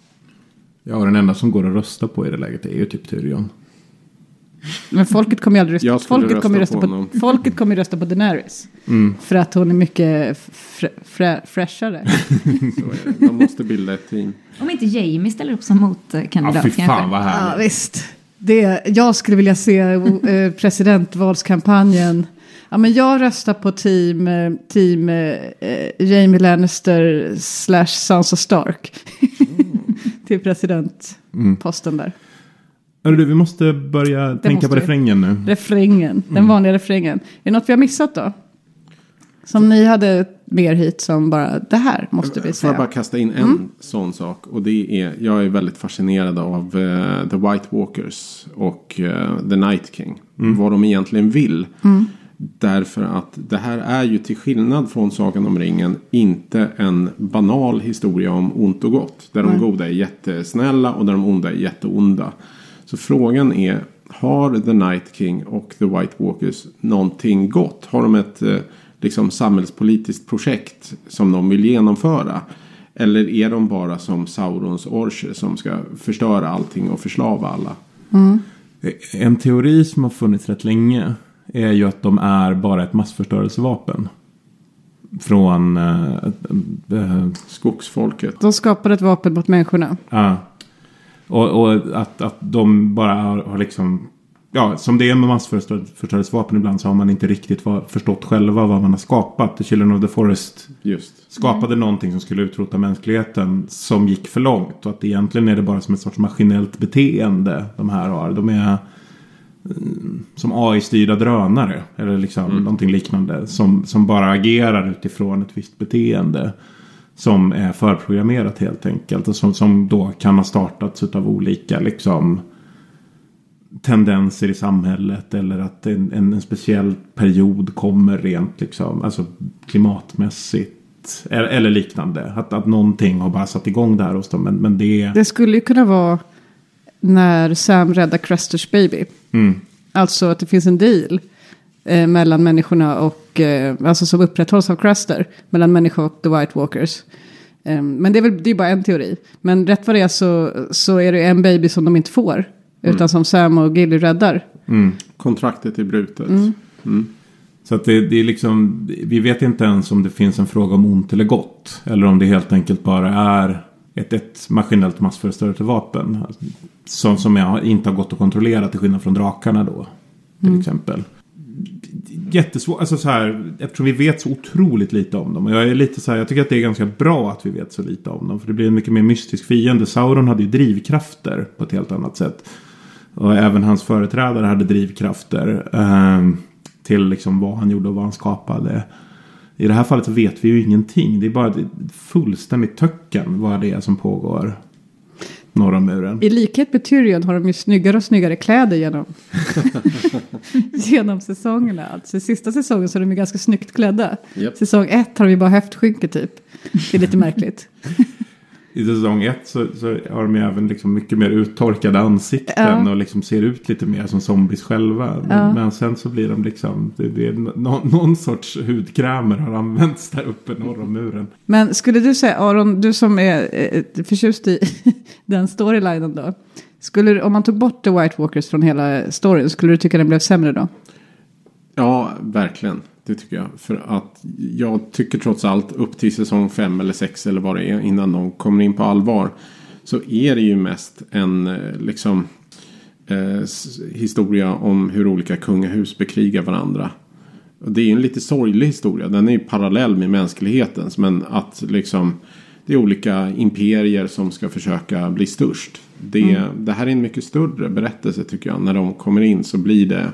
Ja, den enda som går att rösta på i det läget är ju typ Tyrion. Men folket kommer ju aldrig rösta, folket rösta, kommer rösta på, på Folket kommer ju rösta på Daenerys. Mm. För att hon är mycket fre, fre, freshare. Så är det. De måste bilda ett team. Om inte Jamie ställer upp som motkandidat. Ja, fy fan vad härligt. Ja, visst. Det, jag skulle vilja se eh, presidentvalskampanjen. Ja, men jag röstar på team, team eh, Jamie Lannister slash Sansa Stark. Mm. Till presidentposten mm. där. Hörru du, vi måste börja det tänka måste på vi. refrängen nu. Refrängen, den mm. vanliga refrängen. Är det något vi har missat då? Som ni hade mer hit som bara, det här måste vi säga. Får jag bara kasta in en mm. sån sak. Och det är, jag är väldigt fascinerad av uh, The White Walkers och uh, The Night King. Mm. Vad de egentligen vill. Mm. Därför att det här är ju till skillnad från Sagan om ringen inte en banal historia om ont och gott. Där de mm. goda är jättesnälla och där de onda är jätteonda. Så frågan är, har The Night King och The White Walkers någonting gott? Har de ett uh, liksom samhällspolitiskt projekt som de vill genomföra? Eller är de bara som Saurons orcher som ska förstöra allting och förslava alla? Mm. En teori som har funnits rätt länge är ju att de är bara ett massförstörelsevapen. Från äh, äh, skogsfolket. De skapar ett vapen mot människorna. Ja. Och, och att, att de bara har, har liksom... Ja, som det är med massförstörelsevapen ibland så har man inte riktigt var, förstått själva vad man har skapat. The Children of the Forest Just. skapade mm. någonting som skulle utrota mänskligheten som gick för långt. Och att egentligen är det bara som ett sorts maskinellt beteende de här har. De är mm, som A I-styrda drönare eller liksom mm. någonting liknande. Som, som bara agerar utifrån ett visst beteende som är förprogrammerat helt enkelt. Och som, som då kan ha startats av olika liksom... tendenser i samhället eller att en, en, en speciell period kommer rent liksom, alltså klimatmässigt eller, eller liknande. Att, att någonting har bara satt igång där hos dem. Men, men det... det skulle ju kunna vara när Sam räddar Cresters baby. Mm. Alltså att det finns en deal eh, mellan människorna och eh, alltså som upprätthålls av Crester mellan människor och The White Walkers. Eh, men det är väl det är bara en teori. Men rätt vad det är så, så är det en baby som de inte får. Utan mm. som Sam och Gilly räddar. Mm. Kontraktet är brutet. Mm. Mm. Så att det, det är liksom... Vi vet inte ens om det finns en fråga om ont eller gott. Eller om det helt enkelt bara är ett, ett maskinellt massförstörelsevapen. Som, som jag inte har gått att kontrollera till skillnad från drakarna då. Till mm. exempel. Jättesvårt. Alltså så här, eftersom vi vet så otroligt lite om dem. Och jag är lite så här, jag tycker att det är ganska bra att vi vet så lite om dem. För det blir en mycket mer mystisk fiende. Sauron hade ju drivkrafter på ett helt annat sätt. Och även hans företrädare hade drivkrafter eh, till liksom vad han gjorde och vad han skapade. I det här fallet så vet vi ju ingenting. Det är bara ett fullständigt töcken vad det är som pågår norr om muren. I likhet med Tyrion har de ju snyggare och snyggare kläder genom, genom säsongerna. Alltså i sista säsongen så är de ju ganska snyggt klädda. Yep. Säsong ett har vi bara häftskynke typ. Det är lite märkligt. I säsong ett så, så har de ju även liksom mycket mer uttorkade ansikten ja. Och liksom ser ut lite mer som zombies själva. Men, ja. Men sen så blir de liksom, det, det är no, någon sorts hudkrämer har använts där uppe norr om muren. Men skulle du säga, Aron, du som är eh, förtjust i den storylinen då. Skulle, om man tog bort The White Walkers från hela storyn, skulle du tycka den blev sämre då? Ja, verkligen. Det tycker jag. För att jag tycker trots allt upp till säsong fem eller sex eller vad det är innan de kommer in på allvar. Så är det ju mest en liksom eh, historia om hur olika kungahus bekrigar varandra. Och det är ju en lite sorglig historia. Den är ju parallell med mänsklighetens. Men att liksom det är olika imperier som ska försöka bli störst. Det, mm. det här är en mycket större berättelse tycker jag. När de kommer in så blir det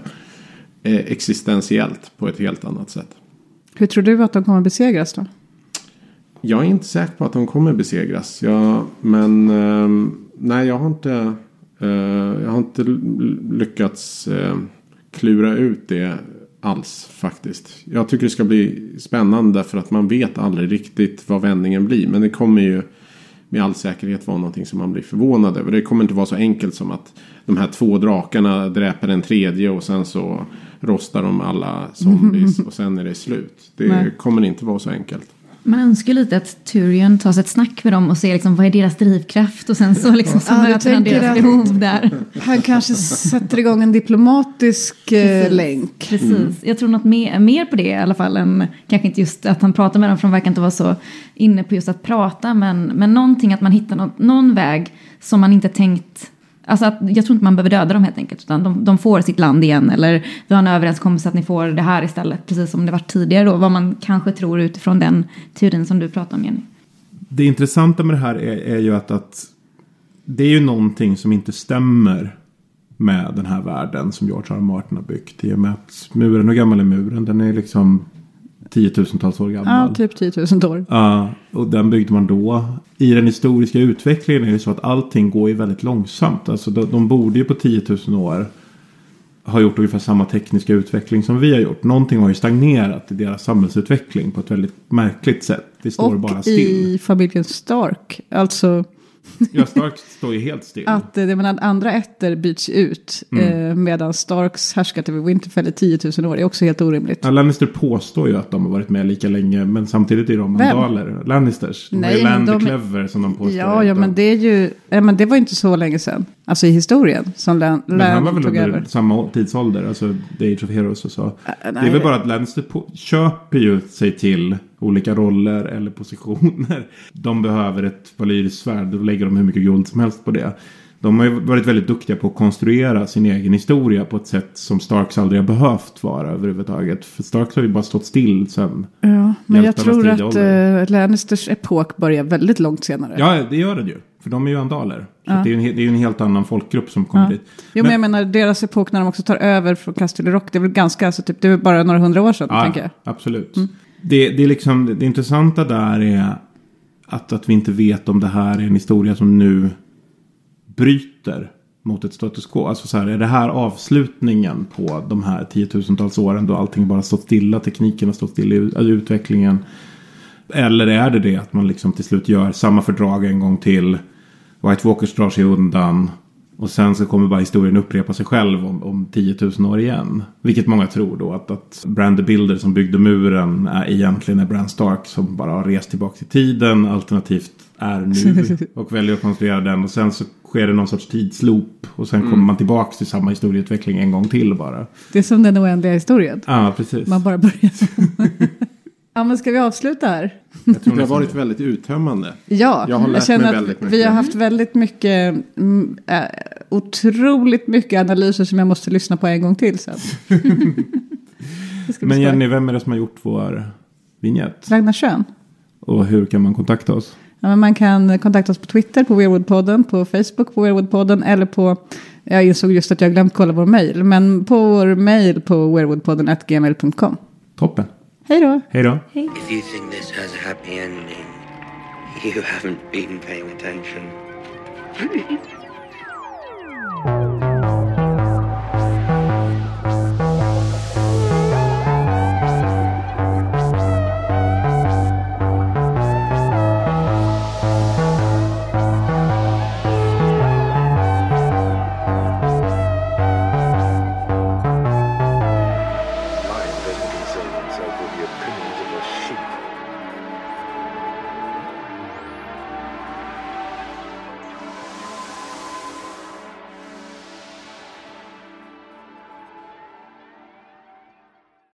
existentiellt på ett helt annat sätt. Hur tror du att de kommer besegras då? Jag är inte säker på att de kommer besegras. Jag, men eh, nej, jag har inte eh, jag har inte lyckats eh, klura ut det alls faktiskt. Jag tycker det ska bli spännande för att man vet aldrig riktigt vad vändningen blir. Men det kommer ju med all säkerhet vara någonting som man blir förvånad över. Det kommer inte vara så enkelt som att de här två drakarna dräper en tredje och sen så rostar de alla zombies och sen är det slut. Det Nej. kommer inte vara så enkelt. Man önskar lite att Tyrion tar sig ett snack med dem och ser liksom, vad är deras drivkraft och sen så, liksom, så ja, möter han deras behov där. Han kanske sätter igång en diplomatisk eh, länk. Precis, mm. jag tror något mer, mer på det i alla fall än kanske inte just att han pratar med dem för de verkar inte vara så inne på just att prata men, men någonting att man hittar något, någon väg som man inte tänkt. Alltså att, jag tror inte man behöver döda dem helt enkelt utan de, de får sitt land igen eller vi har en överenskommelse att ni får det här istället precis som det var tidigare då vad man kanske tror utifrån den teorin som du pratade om Jenny. Det intressanta med det här är, är ju att, att det är ju någonting som inte stämmer med den här världen som George R. R. Martin har byggt. I och med att muren, hur gammal är muren? Den är liksom tiotusentals år gammal. Ja, typ tiotusen år. Ja, och den byggde man då. I den historiska utvecklingen är det så att allting går ju väldigt långsamt. Alltså de, de borde ju på tiotusen år ha gjort ungefär samma tekniska utveckling som vi har gjort. Någonting har ju stagnerat i deras samhällsutveckling på ett väldigt märkligt sätt. Det står och bara still. I familjen Stark, alltså... Ja, Stark står ju helt still. Att det menar, andra ätter byts ut mm. eh, medan Starks härskat över Winterfell i tiotusen år är också helt orimligt. Ja, Lannister påstår ju att de har varit med lika länge, men samtidigt är de mandaler. Lannisters. De Nej, är Land de... Clever som de påstår. Ja, ja men det är ju... Ja, men det var inte så länge sedan. Alltså i historien som Land, men han var väl tog under över. samma tidsålder, alltså The Age of Heroes och så. Äh, nej. Det är väl bara att Lannister på, köper ju sig till olika roller eller positioner. De behöver ett valyriskt svärd, då lägger de hur mycket guld som helst på det. De har ju varit väldigt duktiga på att konstruera sin egen historia på ett sätt som Starks aldrig har behövt vara överhuvudtaget. För Starks har ju bara stått still sen. Ja, men jag tror att uh, Lannisters epok börjar väldigt långt senare. Ja, det gör det ju. För de är ju andaler. Så ja. det är ju en, det är en helt annan folkgrupp som kommer ja. dit. Jo, men, men jag menar deras epok när de också tar över från Castle Rock. Det är väl ganska, alltså, typ, det är bara några hundra år sedan, ja, tänker jag. Absolut. Mm. Det, det, är liksom, det, det intressanta där är att, att vi inte vet om det här är en historia som nu bryter mot ett status quo. Alltså så här, är det här avslutningen på de här tiotusentals åren då allting bara stått stilla, tekniken har stått stilla i utvecklingen? Eller är det det att man liksom till slut gör samma fördrag en gång till, White Walkers drar sig undan och sen så kommer bara historien upprepa sig själv om, om tiotusen år igen. Vilket många tror då att, att Bran the Builder som byggde muren är egentligen är Bran Stark som bara har rest tillbaka i tiden, alternativt är nu och väljer att konstruera den och sen så sker det någon sorts tidsloop och sen mm. kommer man tillbaka till samma historieutveckling en gång till bara. Det är som den oändliga historien. Ja, precis. Man bara börjar. Ja, men ska vi avsluta här? Jag tror det har varit väldigt uttömmande. Ja, jag har lärt jag känner mig väldigt att mycket. Vi har haft väldigt mycket, äh, otroligt mycket analyser som jag måste lyssna på en gång till sen. Men Jenny, vem är det som har gjort vår vignett? Ragnar Schön. Och hur kan man kontakta oss? Ja, men man kan kontakta oss på Twitter, på Weirwoodpodden, på Facebook på Weirwoodpodden eller på, jag insåg just att jag glömt kolla vår mejl, men på vår mejl på weirwoodpodden at gmail dot com. Toppen. Hej då. Hej då. Hej. If you think this has a happy ending, you haven't been paying attention.